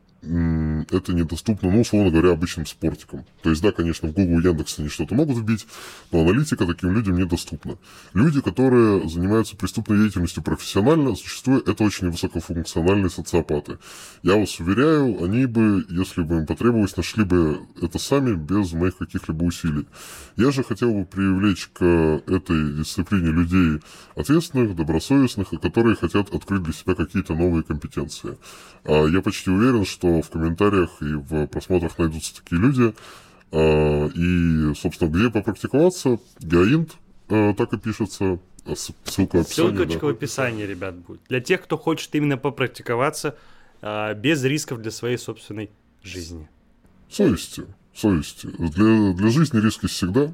это недоступно, ну, условно говоря, обычным спортикам. То есть, да, конечно, в Google и Яндексе они что-то могут вбить, но аналитика таким людям недоступна. Люди, которые занимаются преступной деятельностью профессионально, зачастую это очень высокофункциональные социопаты. Я вас уверяю, они бы, если бы им потребовалось, нашли бы это сами без моих каких-либо усилий. Я же хотел бы привлечь к этой дисциплине людей ответственных, добросовестных, которые хотят открыть для себя какие-то новые компетенции. Я почти уверен, что в комментариях и в просмотрах найдутся такие люди. И, собственно, где попрактиковаться, Геоинт, так и пишется. Ссылка в описании. Ссылочка да. в описании, ребят, будет. Для тех, кто хочет именно попрактиковаться без рисков для своей собственной жизни. Совести. Совести. Для, для жизни риски всегда.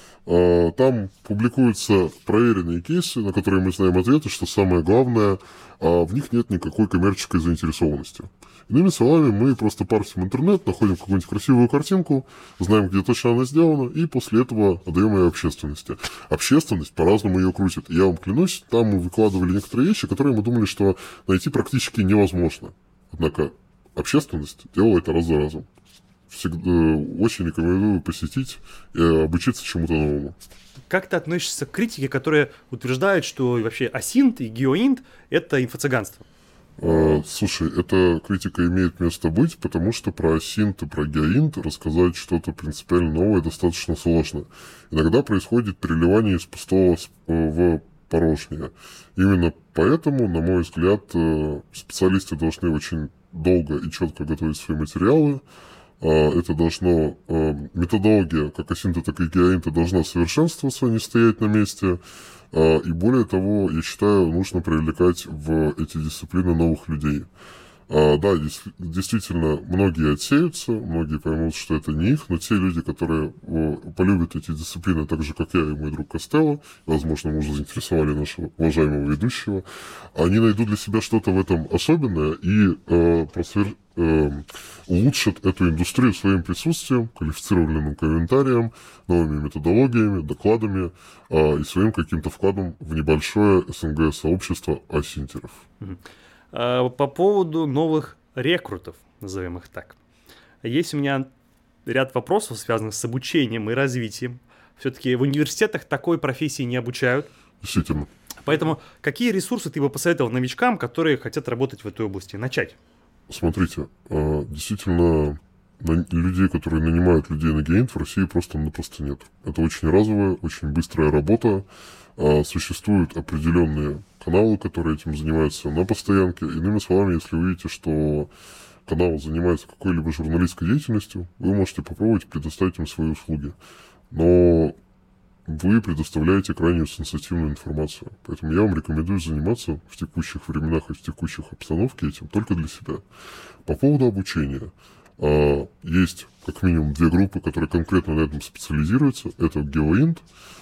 Там публикуются проверенные кейсы, на которые мы знаем ответы, что самое главное, в них нет никакой коммерческой заинтересованности. Иными словами, мы просто парсим интернет, находим какую-нибудь красивую картинку, знаем, где точно она сделана, и после этого отдаем ее общественности. Общественность по-разному ее крутит. Я вам клянусь, там мы выкладывали некоторые вещи, которые мы думали, что найти практически невозможно. Однако общественность делала это раз за разом. Всегда очень рекомендую посетить и обучиться чему-то новому. Как ты относишься к критике, которая утверждает, что вообще асинт и геоинт – это инфо-цыганство? А, слушай, эта критика имеет место быть, потому что про асинт и про геоинт рассказать что-то принципиально новое достаточно сложно. Иногда происходит переливание из пустого в порожнее. Именно поэтому, на мой взгляд, специалисты должны очень долго и четко готовить свои материалы. Это должно, методология как асинта, так и геоинта должна совершенствоваться, не стоять на месте. И более того, я считаю, нужно привлекать в эти дисциплины новых людей. Да, действительно, многие отсеются, многие поймут, что это не их, но те люди, которые полюбят эти дисциплины так же, как я и мой друг Костелло, возможно, мы уже заинтересовали нашего уважаемого ведущего, они найдут для себя что-то в этом особенное и э, просвер... э, улучшат эту индустрию своим присутствием, квалифицированным комментарием, новыми методологиями, докладами э, и своим каким-то вкладом в небольшое СНГ-сообщество асинтеров. По поводу новых рекрутов, назовем их так. Есть у меня ряд вопросов, связанных с обучением и развитием. Все-таки в университетах такой профессии не обучают. Действительно. Поэтому какие ресурсы ты бы посоветовал новичкам, которые хотят работать в этой области? Начать. Смотрите, действительно, людей, которые нанимают людей на геоинт, в России просто-напросто нет. Это очень разовая, очень быстрая работа. Существуют определенные каналы, которые этим занимаются на постоянке. Иными словами, если вы видите, что канал занимается какой-либо журналистской деятельностью, вы можете попробовать предоставить им свои услуги. Но вы предоставляете крайне сенситивную информацию. Поэтому я вам рекомендую заниматься в текущих временах и в текущих обстановке этим только для себя. По поводу обучения. Есть как минимум две группы, которые конкретно на этом специализируются. Это геоинт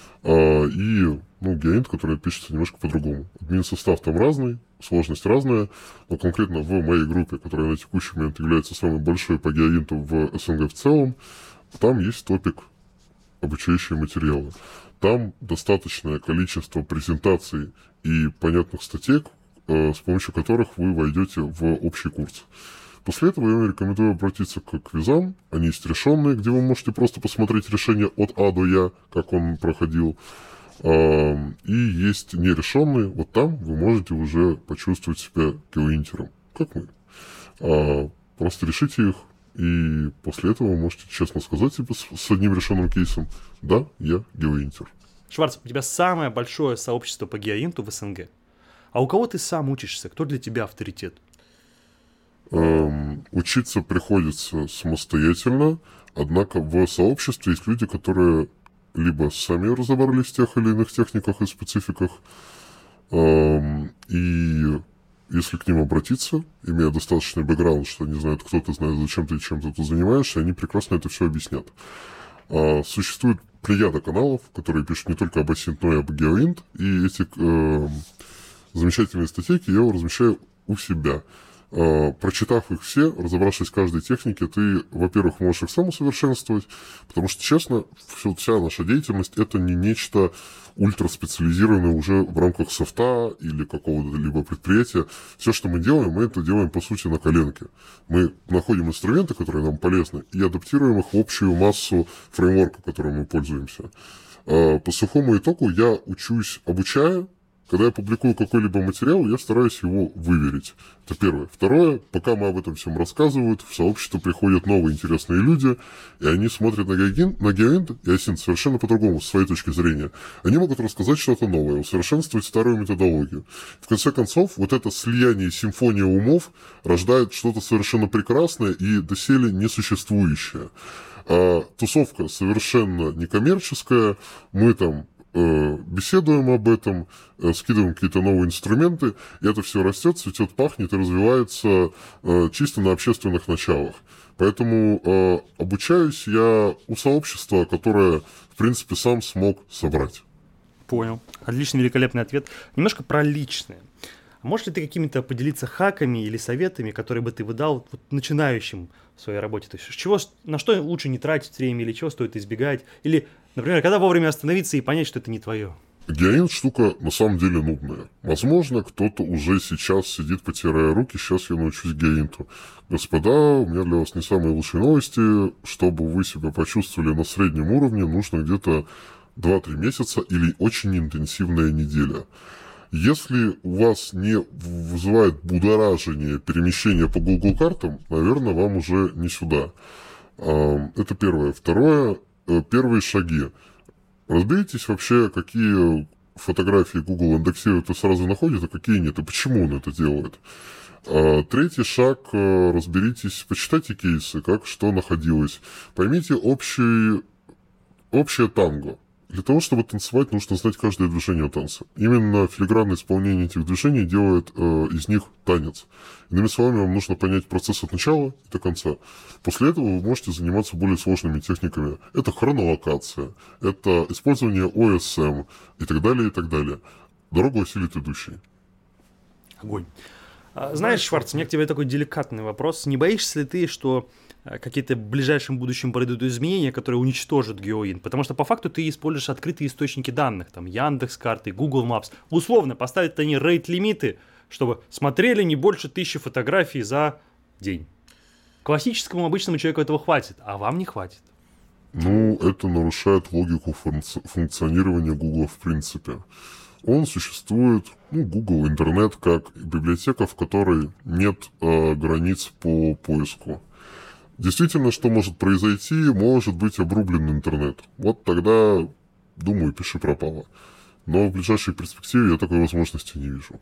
и ну, геоинт, который пишется немножко по-другому. Админ-состав там разный, сложность разная, но конкретно в моей группе, которая на текущий момент является самой большой по геоинту в СНГ в целом, там есть топик обучающие материалы. Там достаточное количество презентаций и понятных статей, с помощью которых вы войдете в общий курс. После этого я вам рекомендую обратиться к квизам. Они есть решенные, где вы можете просто посмотреть решение от А до Я, как он проходил. И есть нерешенные. Вот там вы можете уже почувствовать себя геоинтером, как мы. Просто решите их, и после этого вы можете честно сказать себе с одним решенным кейсом: да, я геоинтер. Шварц, у тебя самое большое сообщество по геоинту в СНГ. А у кого ты сам учишься? Кто для тебя авторитет? Эм, учиться приходится самостоятельно, однако в сообществе есть люди, которые либо сами разобрались в тех или иных техниках и спецификах, эм, и если к ним обратиться, имея достаточный бэкграунд, что они знают, кто ты, знает, зачем ты чем-то ты занимаешься, они прекрасно это все объяснят. А, существует плеяда каналов, которые пишут не только об асинт, но и об геоинт, и эти э, замечательные статейки я размещаю у себя. Uh, прочитав их все, разобравшись в каждой технике, ты, во-первых, можешь их сам усовершенствовать, потому что, честно, все, вся наша деятельность — это не нечто ультраспециализированные уже в рамках софта или какого-либо предприятия. Все, что мы делаем, мы это делаем, по сути, на коленке. Мы находим инструменты, которые нам полезны, и адаптируем их в общую массу фреймворка, которым мы пользуемся. По сухому итогу я учусь, обучая. Когда я публикую какой-либо материал, я стараюсь его выверить. Это первое. Второе, пока мы об этом всем рассказывают, в сообщество приходят новые интересные люди, и они смотрят на GeoInt, на GeoInt и Async совершенно по-другому, с своей точки зрения. Они могут рассказать что-то новое, усовершенствовать старую методологию. В конце концов, вот это слияние, симфония умов рождает что-то совершенно прекрасное и доселе несуществующее. А тусовка совершенно некоммерческая, мы там беседуем об этом, скидываем какие-то новые инструменты, и это все растет, цветет, пахнет и развивается чисто на общественных началах. Поэтому обучаюсь я у сообщества, которое, в принципе, сам смог собрать. Понял. Отличный, великолепный ответ. Немножко про личное. Можешь ли ты какими-то поделиться хаками или советами, которые бы ты выдал вот начинающим в своей работе? То есть чего, на что лучше не тратить время или чего стоит избегать? Или, например, когда вовремя остановиться и понять, что это не твое? GeoInt штука на самом деле нудная. Возможно, кто-то уже сейчас сидит, потирая руки, сейчас я научусь GeoInt. Господа, у меня для вас не самые лучшие новости. Чтобы вы себя почувствовали на среднем уровне, нужно где-то два-три месяца или очень интенсивная неделя. Если у вас не вызывает будоражение перемещение по Google картам, наверное, вам уже не сюда. Это первое. Второе, первые шаги. Разберитесь вообще, какие фотографии Google индексирует и сразу находит, а какие нет, и почему он это делает. Третий шаг, разберитесь, почитайте кейсы, как что находилось. Поймите общий, общее танго. Для того, чтобы танцевать, нужно знать каждое движение танца. Именно филигранное исполнение этих движений делает э, из них танец. Иными словами, вам нужно понять процесс от начала и до конца. После этого вы можете заниматься более сложными техниками. Это хронолокация, это использование о эс эм и так далее, и так далее. Дорогу осилит идущий. Огонь. А, знаешь, Шварц, у меня к тебе такой деликатный вопрос. Не боишься ли ты, что какие-то в ближайшем будущем произойдут изменения, которые уничтожат GeoInt? Потому что по факту ты используешь открытые источники данных, там Яндекс.Карты, Google Maps. Условно поставят они рейт-лимиты, чтобы смотрели не больше тысячи фотографий за день. Классическому обычному человеку этого хватит, а вам не хватит. Ну, это нарушает логику функци- функционирования Google в принципе. Он существует, ну, Google, интернет, как библиотека, в которой нет э, границ по поиску. Действительно, что может произойти? Может быть обрублен интернет. Вот тогда, думаю, пиши пропало. Но в ближайшей перспективе я такой возможности не вижу.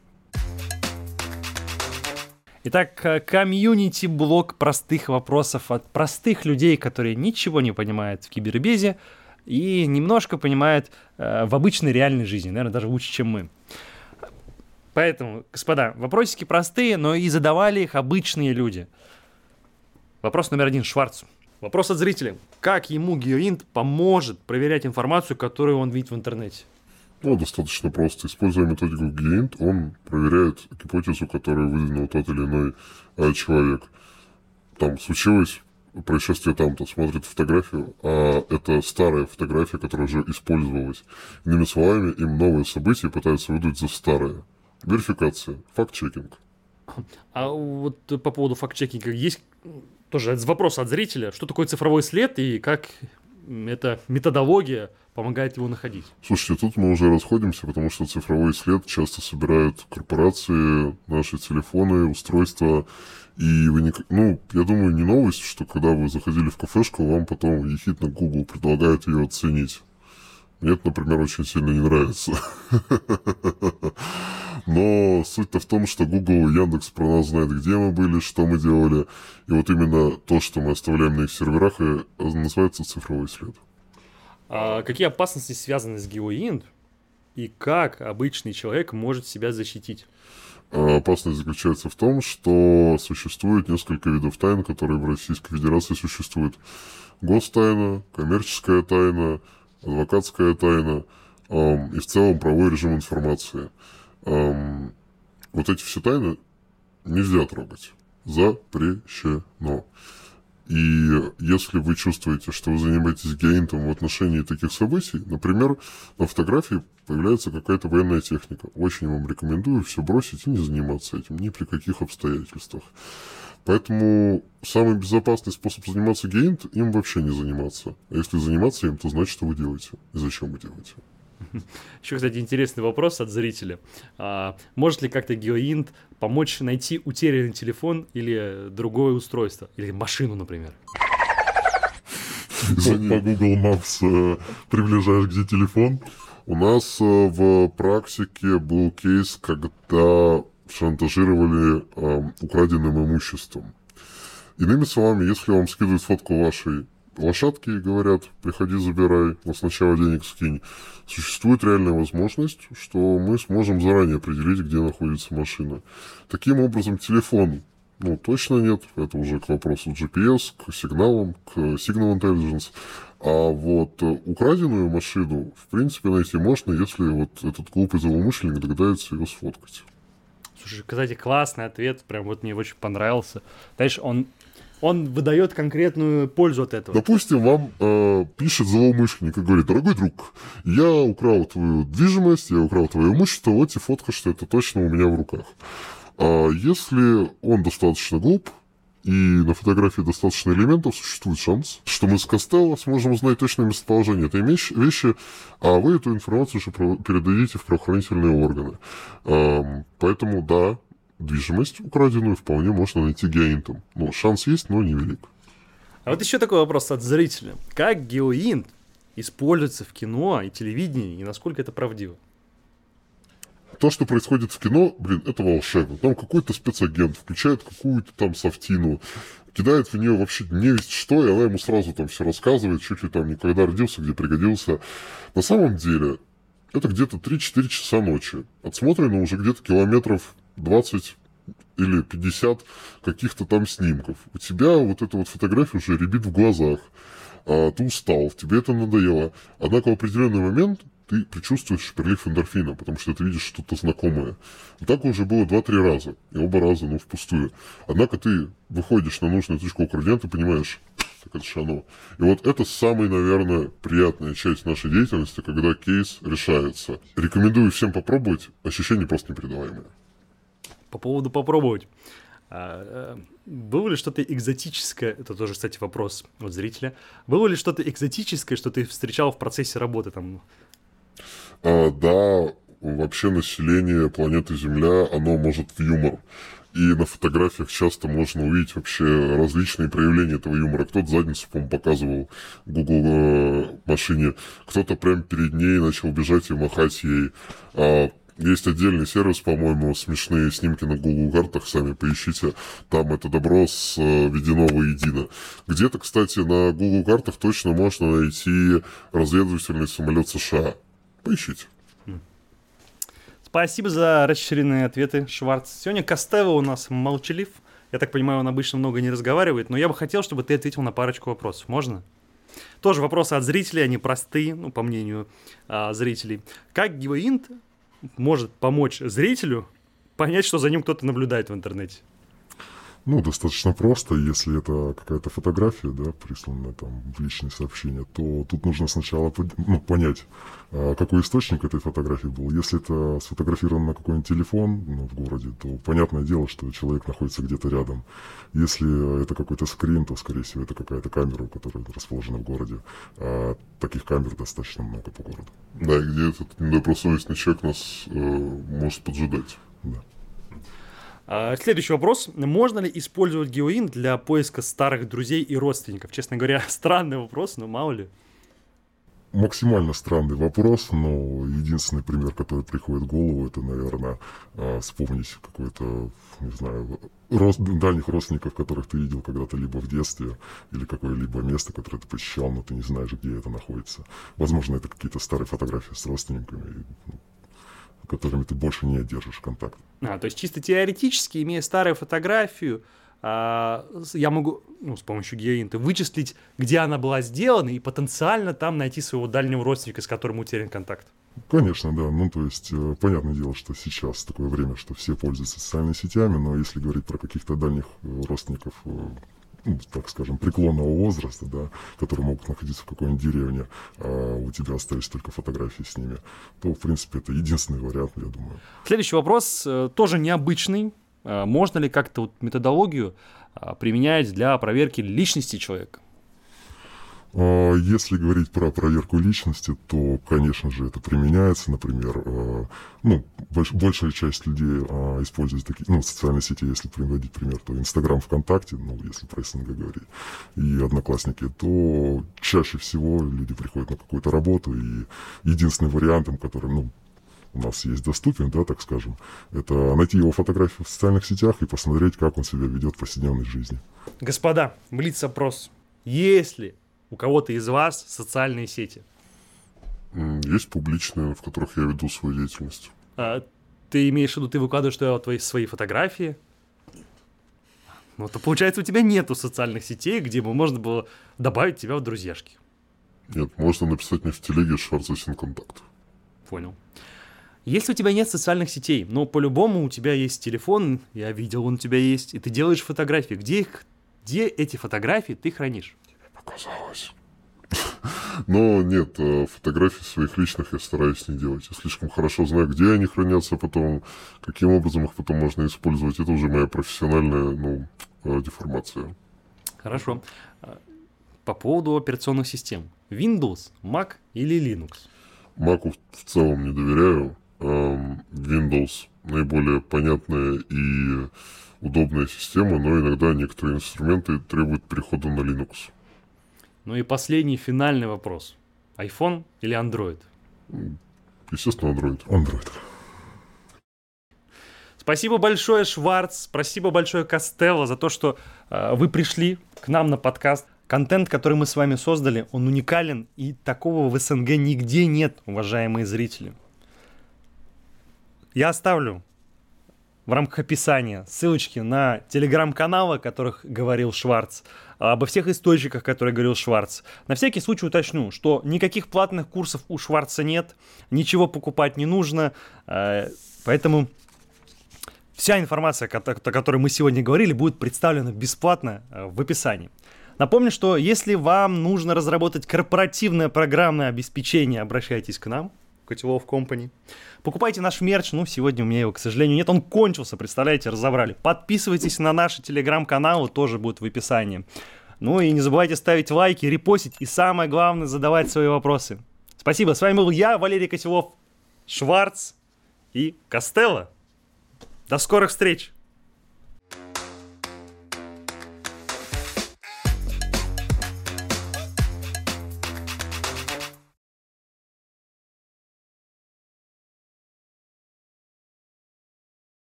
Итак, комьюнити-блог простых вопросов от простых людей, которые ничего не понимают в кибербезе и немножко понимают э, в обычной реальной жизни, наверное, даже лучше, чем мы. Поэтому, господа, вопросики простые, но и задавали их обычные люди. Вопрос номер один Шварцу. Вопрос от зрителя. Как ему GeoInt поможет проверять информацию, которую он видит в интернете? Ну, достаточно просто. Используя методику GeoInt, он проверяет гипотезу, которую выдвинул тот или иной а, человек. Там случилось происшествие там-то, смотрит фотографию, а это старая фотография, которая уже использовалась. Иными словами, им новое событие пытаются выдать за старое. Верификация, факт-чекинг. А вот по поводу факт-чекинга есть тоже вопрос от зрителя, что такое цифровой след и как эта методология помогает его находить? Слушайте, тут мы уже расходимся, потому что цифровой след часто собирают корпорации, наши телефоны, устройства. И вы не... Ну, я думаю, не новость, что когда вы заходили в кафешку, вам потом ехидно Google предлагает ее оценить. Мне это, например, очень сильно не нравится. Но суть-то в том, что Google и Яндекс про нас знают, где мы были, что мы делали. И вот именно то, что мы оставляем на их серверах, и называется цифровой след. А какие опасности связаны с GeoInt? И как обычный человек может себя защитить? А опасность заключается в том, что существует несколько видов тайн, которые в Российской Федерации существуют. Гостайна, коммерческая тайна, адвокатская тайна эм, и в целом правовой режим информации. Эм, вот эти все тайны нельзя трогать. Запрещено. И если вы чувствуете, что вы занимаетесь геоинтом в отношении таких событий, например, на фотографии появляется какая-то военная техника, очень вам рекомендую все бросить и не заниматься этим ни при каких обстоятельствах. Поэтому самый безопасный способ заниматься геоинт – им вообще не заниматься. А если заниматься им, то значит, что вы делаете и зачем вы делаете. Еще, кстати, интересный вопрос от зрителя. А, может ли как-то геоинт помочь найти утерянный телефон или другое устройство? Или машину, например? По Google Maps э, приближаешь, где телефон? У нас э, в практике был кейс, когда шантажировали э, украденным имуществом. Иными словами, если вам скидывают фотку вашей лошадки и говорят, приходи, забирай, но сначала денег скинь, существует реальная возможность, что мы сможем заранее определить, где находится машина. Таким образом, телефон, ну, точно нет, это уже к вопросу джи пи эс, к сигналам, к Signal Intelligence. А вот украденную машину, в принципе, найти можно, если вот этот глупый злоумышленник догадается ее сфоткать. Слушай, кстати, классный ответ, прям вот мне очень понравился. Знаешь, он, он выдает конкретную пользу от этого. Допустим, вам э, пишет злоумышленник и говорит: дорогой друг, я украл твою движимость, я украл твое имущество, вот тебе фотка, что это точно у меня в руках. А если он достаточно глуп, и на фотографии достаточно элементов, существует шанс, что мы с Костелло сможем узнать точное местоположение этой вещи, а вы эту информацию уже передадите в правоохранительные органы. Поэтому, да, движимость украденную вполне можно найти геоинтом. Но шанс есть, но невелик. А вот еще такой вопрос от зрителя. Как геоинт используется в кино и телевидении, и насколько это правдиво? То, что происходит в кино, блин, это волшебно. Там какой-то спецагент включает какую-то там софтину, кидает в нее вообще не весть что, и она ему сразу там все рассказывает, чуть ли там никогда родился, где пригодился. На самом деле, это где-то три-четыре часа ночи. Отсмотрено уже где-то километров двадцать или пятьдесят каких-то там снимков. У тебя вот эта вот фотография уже рябит в глазах. А, ты устал, тебе это надоело. Однако в определенный момент ты предчувствуешь прилив эндорфина, потому что ты видишь что-то знакомое. Вот так уже было два-три раза, и оба раза, ну, впустую. Однако ты выходишь на нужную точку укрытия, ты понимаешь, так это же оно. И вот это самая, наверное, приятная часть нашей деятельности, когда кейс решается. Рекомендую всем попробовать, ощущения просто непередаваемые. По поводу попробовать. А, а, было ли что-то экзотическое, это тоже, кстати, вопрос от зрителя, было ли что-то экзотическое, что ты встречал в процессе работы там? А, да, вообще население планеты Земля, оно может в юмор. И на фотографиях часто можно увидеть вообще различные проявления этого юмора. Кто-то задницу, по-моему, показывал в Google э, машине, кто-то прямо перед ней начал бежать и махать ей. А, есть отдельный сервис, по-моему, смешные снимки на Google картах, сами поищите. Там это добро сведено воедино. Где-то, кстати, на Google картах точно можно найти разведывательный самолет США. Поищите. Спасибо за расширенные ответы, Шварц. Сегодня Костелло у нас молчалив. Я так понимаю, он обычно много не разговаривает, но я бы хотел, чтобы ты ответил на парочку вопросов. Можно? Тоже вопросы от зрителей, они простые, ну, по мнению а, зрителей. Как геоинт может помочь зрителю понять, что за ним кто-то наблюдает в интернете? Ну, достаточно просто. Если это какая-то фотография, да, присланная там в личные сообщения, то тут нужно сначала ну, понять, какой источник этой фотографии был. Если это сфотографировано на какой-нибудь телефон, ну, в городе, то понятное дело, что человек находится где-то рядом. Если это какой-то скрин, то, скорее всего, это какая-то камера, которая расположена в городе. А таких камер достаточно много по городу. Да, и где этот недобросовестный человек нас э, может поджидать. Да. Следующий вопрос. Можно ли использовать геоинт для поиска старых друзей и родственников? Честно говоря, странный вопрос, но мало ли. Максимально странный вопрос, но единственный пример, который приходит в голову, это, наверное, вспомнить какой-то, не знаю, рост, дальних родственников, которых ты видел когда-то либо в детстве, или какое-либо место, которое ты посещал, но ты не знаешь, где это находится. Возможно, это какие-то старые фотографии с родственниками, с которыми ты больше не держишь контакт. А, то есть чисто теоретически, имея старую фотографию, а, я могу, ну, с помощью геоинта вычислить, где она была сделана, и потенциально там найти своего дальнего родственника, с которым утерян контакт. Конечно, да. Ну, то есть, понятное дело, что сейчас такое время, что все пользуются социальными сетями, но если говорить про каких-то дальних родственников, ну, так скажем, преклонного возраста, да, которые могут находиться в какой-нибудь деревне, а у тебя остались только фотографии с ними, то, в принципе, это единственный вариант, я думаю. Следующий вопрос э, тоже необычный. Э, можно ли как-то вот методологию э, применять для проверки личности человека? Если говорить про проверку личности, то, конечно же, это применяется. Например, ну, больш, большая часть людей использует такие, ну, социальные сети, если приводить пример, то Инстаграм, ВКонтакте, ну, если про СНГ говорить, и Одноклассники, то чаще всего люди приходят на какую-то работу, и единственным вариантом, который, ну, у нас есть доступен, да, так скажем, это найти его фотографию в социальных сетях и посмотреть, как он себя ведет в повседневной жизни. Господа, блиц-опрос. Если у кого-то из вас социальные сети? Есть публичные, в которых я веду свою деятельность. А, ты имеешь в виду, ты выкладываешь туда твои свои фотографии? Ну, то получается, у тебя нету социальных сетей, где бы можно было добавить тебя в друзьяшки. Нет, можно написать мне в телеге Шварцесин контакт. Понял. Если у тебя нет социальных сетей, но по-любому у тебя есть телефон, я видел, он у тебя есть, и ты делаешь фотографии, где их, где эти фотографии ты хранишь? Показалось. Но нет, фотографий своих личных я стараюсь не делать. Я слишком хорошо знаю, где они хранятся потом, каким образом их потом можно использовать. Это уже моя профессиональная, ну, деформация. Хорошо. По поводу операционных систем. Windows, Mac или Linux? Mac в целом не доверяю. Windows наиболее понятная и удобная система, но иногда некоторые инструменты требуют перехода на Linux. Ну и последний, финальный вопрос. iPhone или Android? Естественно, Android. Android. Спасибо большое, Шварц. Спасибо большое, Костелло, за то, что э, вы пришли к нам на подкаст. Контент, который мы с вами создали, он уникален, и такого в СНГ нигде нет, уважаемые зрители. Я оставлю в рамках описания ссылочки на телеграм-каналы, о которых говорил Шварц, обо всех источниках, о которых говорил Шварц. На всякий случай уточню, что никаких платных курсов у Шварца нет, ничего покупать не нужно, поэтому вся информация, о которой мы сегодня говорили, будет представлена бесплатно в описании. Напомню, что если вам нужно разработать корпоративное программное обеспечение, обращайтесь к нам, Котелов Company. Покупайте наш мерч. Ну, сегодня у меня его, к сожалению, нет. Он кончился, представляете, разобрали. Подписывайтесь на наши телеграм-каналы, тоже будут в описании. Ну и не забывайте ставить лайки, репостить и, самое главное, задавать свои вопросы. Спасибо. С вами был я, Валерий Котелов, Шварц и Костелло. До скорых встреч!